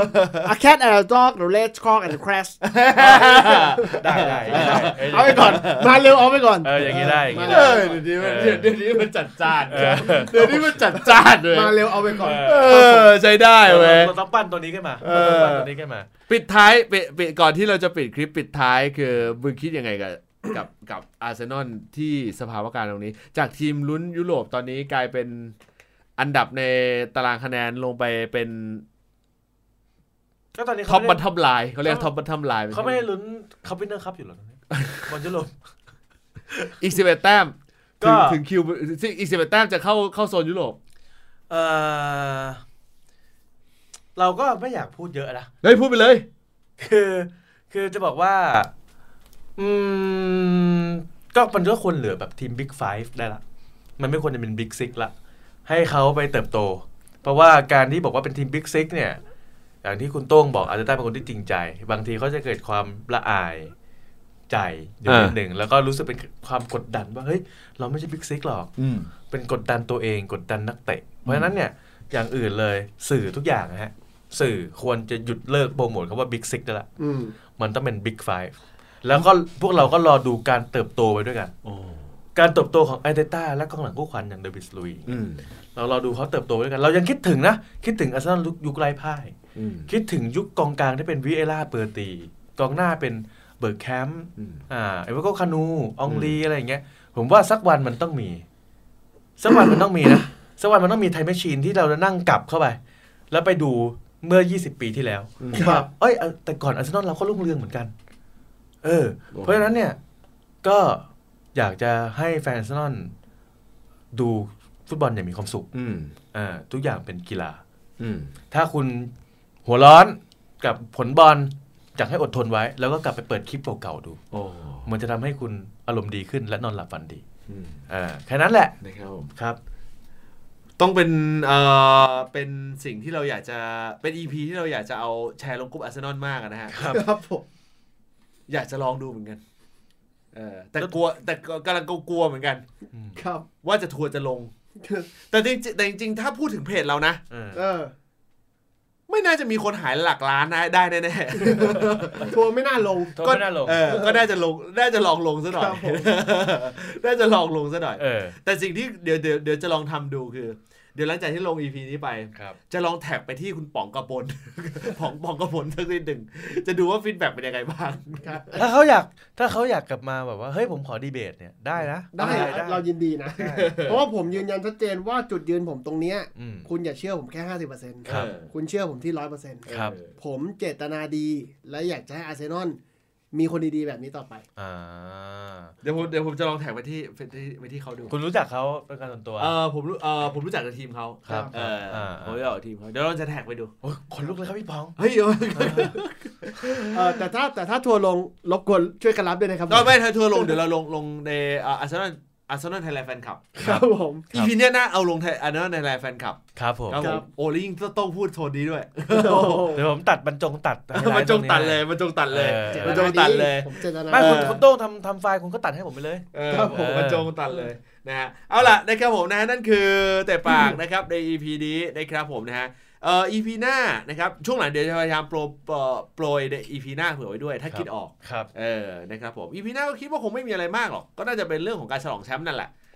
[SPEAKER 5] A cat and a dog the red cock and the crash
[SPEAKER 4] ได้ได้ได้
[SPEAKER 5] เอาไปก่อน มาเร็วเอาไปก่อน
[SPEAKER 4] เอออย่างนี้ได้อย่างนี้
[SPEAKER 2] เอ
[SPEAKER 4] ได้
[SPEAKER 2] อเดี๋ยวนี้มันเดี๋ยวนี้มันจัดจ้านเดี๋ยวนี้มันจัดจ้านเลย
[SPEAKER 5] มาเร็วเอาไปก่อน
[SPEAKER 2] เออใช้ได้เว้ย
[SPEAKER 4] เราต้องปั้นตัวนี้ขึ้นมาเราต้องปั้นตัวนี้ขึ้นมา
[SPEAKER 2] ปิดท้ายปิดปิดก่อนที่เราจะปิดคลิปปิดท้ายคือมึงคิดยังไงกับกับกับอาร์เซนอลที่สภาวะการตรงนี้ จากทีมลุ้นยุโรปตอนนี้กลายเป็นอันดับในตารางคะแนนลงไปเป็น
[SPEAKER 4] ก็ตอนนี้
[SPEAKER 2] ท็อป
[SPEAKER 4] เขา
[SPEAKER 2] บัตทัมไลน์เขาเรียกท็อปบัตทัมไลน์
[SPEAKER 4] เขาไม่ได้ลุ้นคัพวินเนอร์คัพอยู่หรอกบอลยุโรป
[SPEAKER 2] อีกสิบเอ็ดแต้ม
[SPEAKER 4] ก็
[SPEAKER 2] ถึงถึงคิวอีกสิบเอ็ดแต้มจะเข้าเข้าโซนยุโรป
[SPEAKER 4] เออเราก็ไม่อยากพูดเยอะนะ
[SPEAKER 2] เฮ้ยพูดไปเลย
[SPEAKER 4] คือคือจะบอกว่า อืมก็มันก็ควรเหลือแบบทีมบิ๊กไฟฟ์ได้ละมันไม่ควรจะเป็นบิ๊กซิกละให้เขาไปเติบโต เพราะว่าการที่บอกว่าเป็นทีมบิ๊กซิกเนี่ย อย่างที่คุณโต้งบอกอาจจะได้เป็นคนที่จริงใจ บางทีเขาจะเกิดความละอายใจอยู่นิดหนึ่งแล้วก็รู้สึกเป็นความกดดันว่าเฮ้ยเราไม่ใช่บิ๊กซิกหรอก
[SPEAKER 2] อืม
[SPEAKER 4] เป็นกดดันตัวเองกดดันนักเตะ เพราะฉะนั้นเนี่ยอย่างอื่นเลยสื่อทุกอย่างนะฮะสื่อควรจะหยุดเลิกโปรโมทคำว่าบิ๊กซิกได้ละ
[SPEAKER 5] อืม
[SPEAKER 4] มันต้องเป็นบิ๊กไฟฟ์แล้วก็พวกเราก็รอดูการเติบโตไปด้วยกัน การเติบโตของไอเตต้าและกองหลังคู่ขวัญอย่างเดวิดลุย
[SPEAKER 2] อืม
[SPEAKER 4] เรารอดูเขาเติบโตไปด้วยกัน เรายังคิดถึงนะ คิดถึงอาร์เซนอลยุคไร้พ่าย
[SPEAKER 2] อืม
[SPEAKER 4] คิดถึงยุคกองกลางที่เป็นวิเอล่าเปอร์ตีกองหน้าเป็นเบิร์กแคมป์
[SPEAKER 2] อืม
[SPEAKER 4] อ่าเอเวอร์โกคานูอองลีอะไรอย่างเงี้ยผมว่าสักวันมันต้องมี สักวันมันต้องมีนะสักวันมันต้องมีไทม์แมชชีนที่เราจะนั่งกลับเข้าไป แล้วไปดูเมื่อยี่สิบปีที่แล้วว่าเอ้ยแต่ก่อนอาร์เซนอลเราก็รุ่งเรืองเหมือนกัน เออ เพราะฉะนั้นเนี่ยก็อยากจะให้แฟนอาร์เซนอลดูฟุตบอลอย่างมีความสุข
[SPEAKER 2] อืม
[SPEAKER 4] อ่าทุกอย่างเป็นกีฬา
[SPEAKER 2] อืม
[SPEAKER 4] ถ้าคุณหัวร้อนกับผลบอลอยากให้อดทนไว้ แล้วก็กลับไปเปิดคลิปเก่าๆดู
[SPEAKER 2] โอ้
[SPEAKER 4] มันจะทำให้คุณอารมณ์ดีขึ้นและนอนหลับฝันดี
[SPEAKER 2] อืม
[SPEAKER 4] อ่าแค่นั้นแหละ
[SPEAKER 2] นะครับผม
[SPEAKER 4] ครับ
[SPEAKER 2] ต้องเป็นเอ่อเป็นสิ่งที่เราอยากจะเป็น อี พี ที่เราอยากจะเอาแชร์ลงกลุ่มอาร์เซนอลมากอะนะฮะ
[SPEAKER 4] ครับ
[SPEAKER 5] ครับผม
[SPEAKER 2] อยากจะลองดูเหมือนกันเออแต่กลัวแต่กำลังกลัวเหมือนกัน
[SPEAKER 5] ครับ
[SPEAKER 2] ว่าจะทัวร์จะลง แต่จริงแต่จริงๆถ้าพูดถึงเพจเรานะ
[SPEAKER 4] เออ
[SPEAKER 5] เออ
[SPEAKER 2] ไม่น่าจะมีคนหายหลักล้านได้ได้แน่
[SPEAKER 5] ทัวร์ไม่น่าลง
[SPEAKER 4] โทษไม่น่าลง
[SPEAKER 2] ๆเออก็น่าจะลงน่าจะลองลงซะหน่อย
[SPEAKER 5] ครับผม
[SPEAKER 2] น่าจะลองลงซะหน่อย
[SPEAKER 4] เออ
[SPEAKER 2] แต่สิ่งที่เดี๋ยวเดี๋ยวเดี๋ยวจะลองทำดูคือ เดี๋ยวหลังจากที่ลง อี พี นี้ไป
[SPEAKER 4] ครับ
[SPEAKER 2] จะลองแท็กไปที่คุณป๋องกระพล ป๋องป๋องกระพลสักนิดหนึ่งจะดูว่าฟีดแบ็กเป็นยังไงบ้าง
[SPEAKER 5] ครับ
[SPEAKER 4] ถ้าเขาอยากถ้าเขาอยากกลับมาแบบว่าเฮ้ยผมขอดีเบตเนี่ยได้นะ
[SPEAKER 5] ได้ เรายินดีนะ เพราะว่าผมยืนยันชัดเจนว่าจุดยืนผมตรงเนี้ย
[SPEAKER 4] อืม
[SPEAKER 5] คุณอย่าเชื่อผมแค่ห้าสิบเปอร์เซ็นต์
[SPEAKER 4] ครับ
[SPEAKER 5] คุณเชื่อผมที่ร้อยเปอร์เซ็นต์
[SPEAKER 4] ครับ
[SPEAKER 5] ผมเจตนาดี และอยากจะให้อาร์เซนอลมีคนดีๆแบบนี้ต่อไป
[SPEAKER 4] อ่า
[SPEAKER 2] เดี๋ยวผมเดี๋ยวผมจะลองแท็กไปที่ไปที่ไปที่เขาดู
[SPEAKER 4] คุณรู้จักเขาเป็นการส่วนตัว
[SPEAKER 2] เออผมรู้เออผมรู้จักกับทีมเขา
[SPEAKER 4] ครับ
[SPEAKER 2] เออ
[SPEAKER 4] อ่า
[SPEAKER 2] ผมรู้จักกับทีมเขาเดี๋ยวเราจะแท็กไปดู
[SPEAKER 4] โอ้ยขนลุกเลยครับพี่พอง
[SPEAKER 2] เฮ้ยเออ
[SPEAKER 5] เออแต่ถ้าแต่ถ้าทัวร์ลงรบกวนช่วยกันรับด้วยนะครับ
[SPEAKER 2] ก็ไม่ถ้าทัวร์ลงเดี๋ยวเราลงลงในอาร์เซนอลอาร์เซนอลไทยแลนด์แฟนคลับ
[SPEAKER 5] ครับผม
[SPEAKER 2] อีพีเนี้ยน่าเอาลงไทยอาร์เซนอลไทยแลนด์แฟนคลับ
[SPEAKER 4] ครับผม
[SPEAKER 2] ครับผมโอ้ลิงต้องพูดโทนนี้ด้วย
[SPEAKER 5] โอ้โห
[SPEAKER 4] เดี๋ยวผมตัดบรรจงตัดไฮไล
[SPEAKER 2] มัน
[SPEAKER 4] ท์
[SPEAKER 2] จงตัด
[SPEAKER 4] ร
[SPEAKER 2] เลย
[SPEAKER 4] นี้
[SPEAKER 2] มันจงตัดเลย
[SPEAKER 4] เออ
[SPEAKER 2] มันจงตัดเลย
[SPEAKER 5] ผมเจตนา
[SPEAKER 4] ไม่คุณ
[SPEAKER 2] เออ
[SPEAKER 4] คุณโต้งทำทำไฟล์คุณก็ตัดให้ผมไปเลย
[SPEAKER 2] เออ
[SPEAKER 5] ครับผม
[SPEAKER 2] มันจงตัดเลยนะฮะเอาล่ะนะครับผมนะฮะนั่นคือแต่ปากนะครับใน อี พี นี้นะครับผมนะฮะเอ่อ อี พี หน้านะครับช่วงหลังเดี๋ยวจะพยายามโปรโปรยใน อี พี หน้าเผื่อไว้ด้วยถ้าคิดออก
[SPEAKER 4] ครับ
[SPEAKER 2] เออนะครับผม อี พี หน้าก็คิดว่าคงไม่มีอะไรมากหรอกก็น่าจะเป็นเรื่องของการฉลองแชมป์นั่นแหละ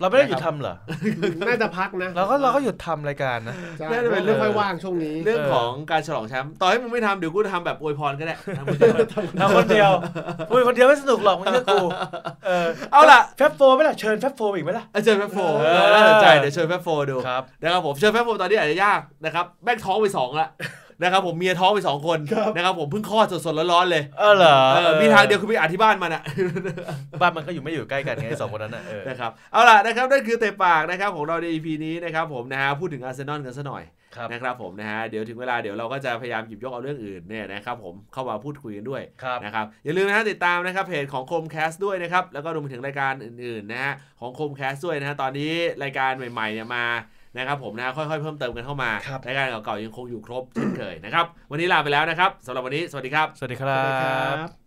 [SPEAKER 4] เราไม่ได้หยุดทำเหรอ
[SPEAKER 5] น่าจะพักนะ
[SPEAKER 4] เราก็เราก็หยุดทำรายการนะ
[SPEAKER 5] ใช่
[SPEAKER 2] น่าจะเป็นเรื่
[SPEAKER 5] ไม่
[SPEAKER 2] อง
[SPEAKER 5] ค่อยว่างช่วงนี้
[SPEAKER 2] เรื่องของการฉลองแชมป์ต่อให้มึงไม่ทำเดี๋ยวกูทำแบบอวยพรก็ได้ทำคนเดียว
[SPEAKER 4] ทำคนเดียวพูดคนเดียวไม่สนุกหรอกมันเชื่อกูเออ
[SPEAKER 2] เอาล่ะ
[SPEAKER 4] แฟบโฟไหมล่ะเชิญแฟบโฟอีกไหมล่ะ
[SPEAKER 2] เชิญแฟบโฟ
[SPEAKER 4] เออ
[SPEAKER 2] น่าสนใจเดี๋ยวเชิญแฟบโฟดู
[SPEAKER 4] ครับ
[SPEAKER 2] นะครับผมเชิญแฟบโฟตอนนี้อาจจะยากนะครับแม่งท้องไปสองละนะครับผมเมียท้องไปสองคนนะครับผมเพิ่งคลอดสดๆร้อนๆเลย
[SPEAKER 4] เออเหรอ
[SPEAKER 2] เออมีทางเดียวคือไปอ่านที่บ้านมันอะ
[SPEAKER 4] บ้านมันก็อยู่ไม่อยู่ใกล้กันไงสองคนนั้นน่ะเออ
[SPEAKER 2] นะครับเอาล่ะนะครับนั่นคือเตะปากนะครับของเราใน อี พี นี้นะครับผมนะฮะพูดถึงอาร์เซนอลกันซะหน่อย
[SPEAKER 4] ครับ
[SPEAKER 2] นะครับผมนะฮะเดี๋ยวถึงเวลาเดี๋ยวเราก็จะพยายามหยิบยกเอาเรื่องอื่นเนี่ยนะครับผมเข้ามาพูดคุยกันด้วย
[SPEAKER 4] ครับ
[SPEAKER 2] นะครับอย่าลืมนะฮะติดตามนะครับเพจของ Chromecast ด้วยนะครับแล้วก็รวมไปถึงรายการอื่นๆนะฮะของ Chromecast ด้วยนะฮะตอนนี้รายการใหม่ๆเนี่ยมานะครับผมนะฮะค่อยๆเพิ่มเติมกันเข้ามา
[SPEAKER 4] ครับ
[SPEAKER 2] รายการเก่าๆยังคงอยู่ครบเช่นเคยนะครับวันนี้ลาไปแล้วนะครับสำหรับวันนี้สวัสดีครับ
[SPEAKER 4] สวัสดีครั
[SPEAKER 5] สวัสดีครับ บ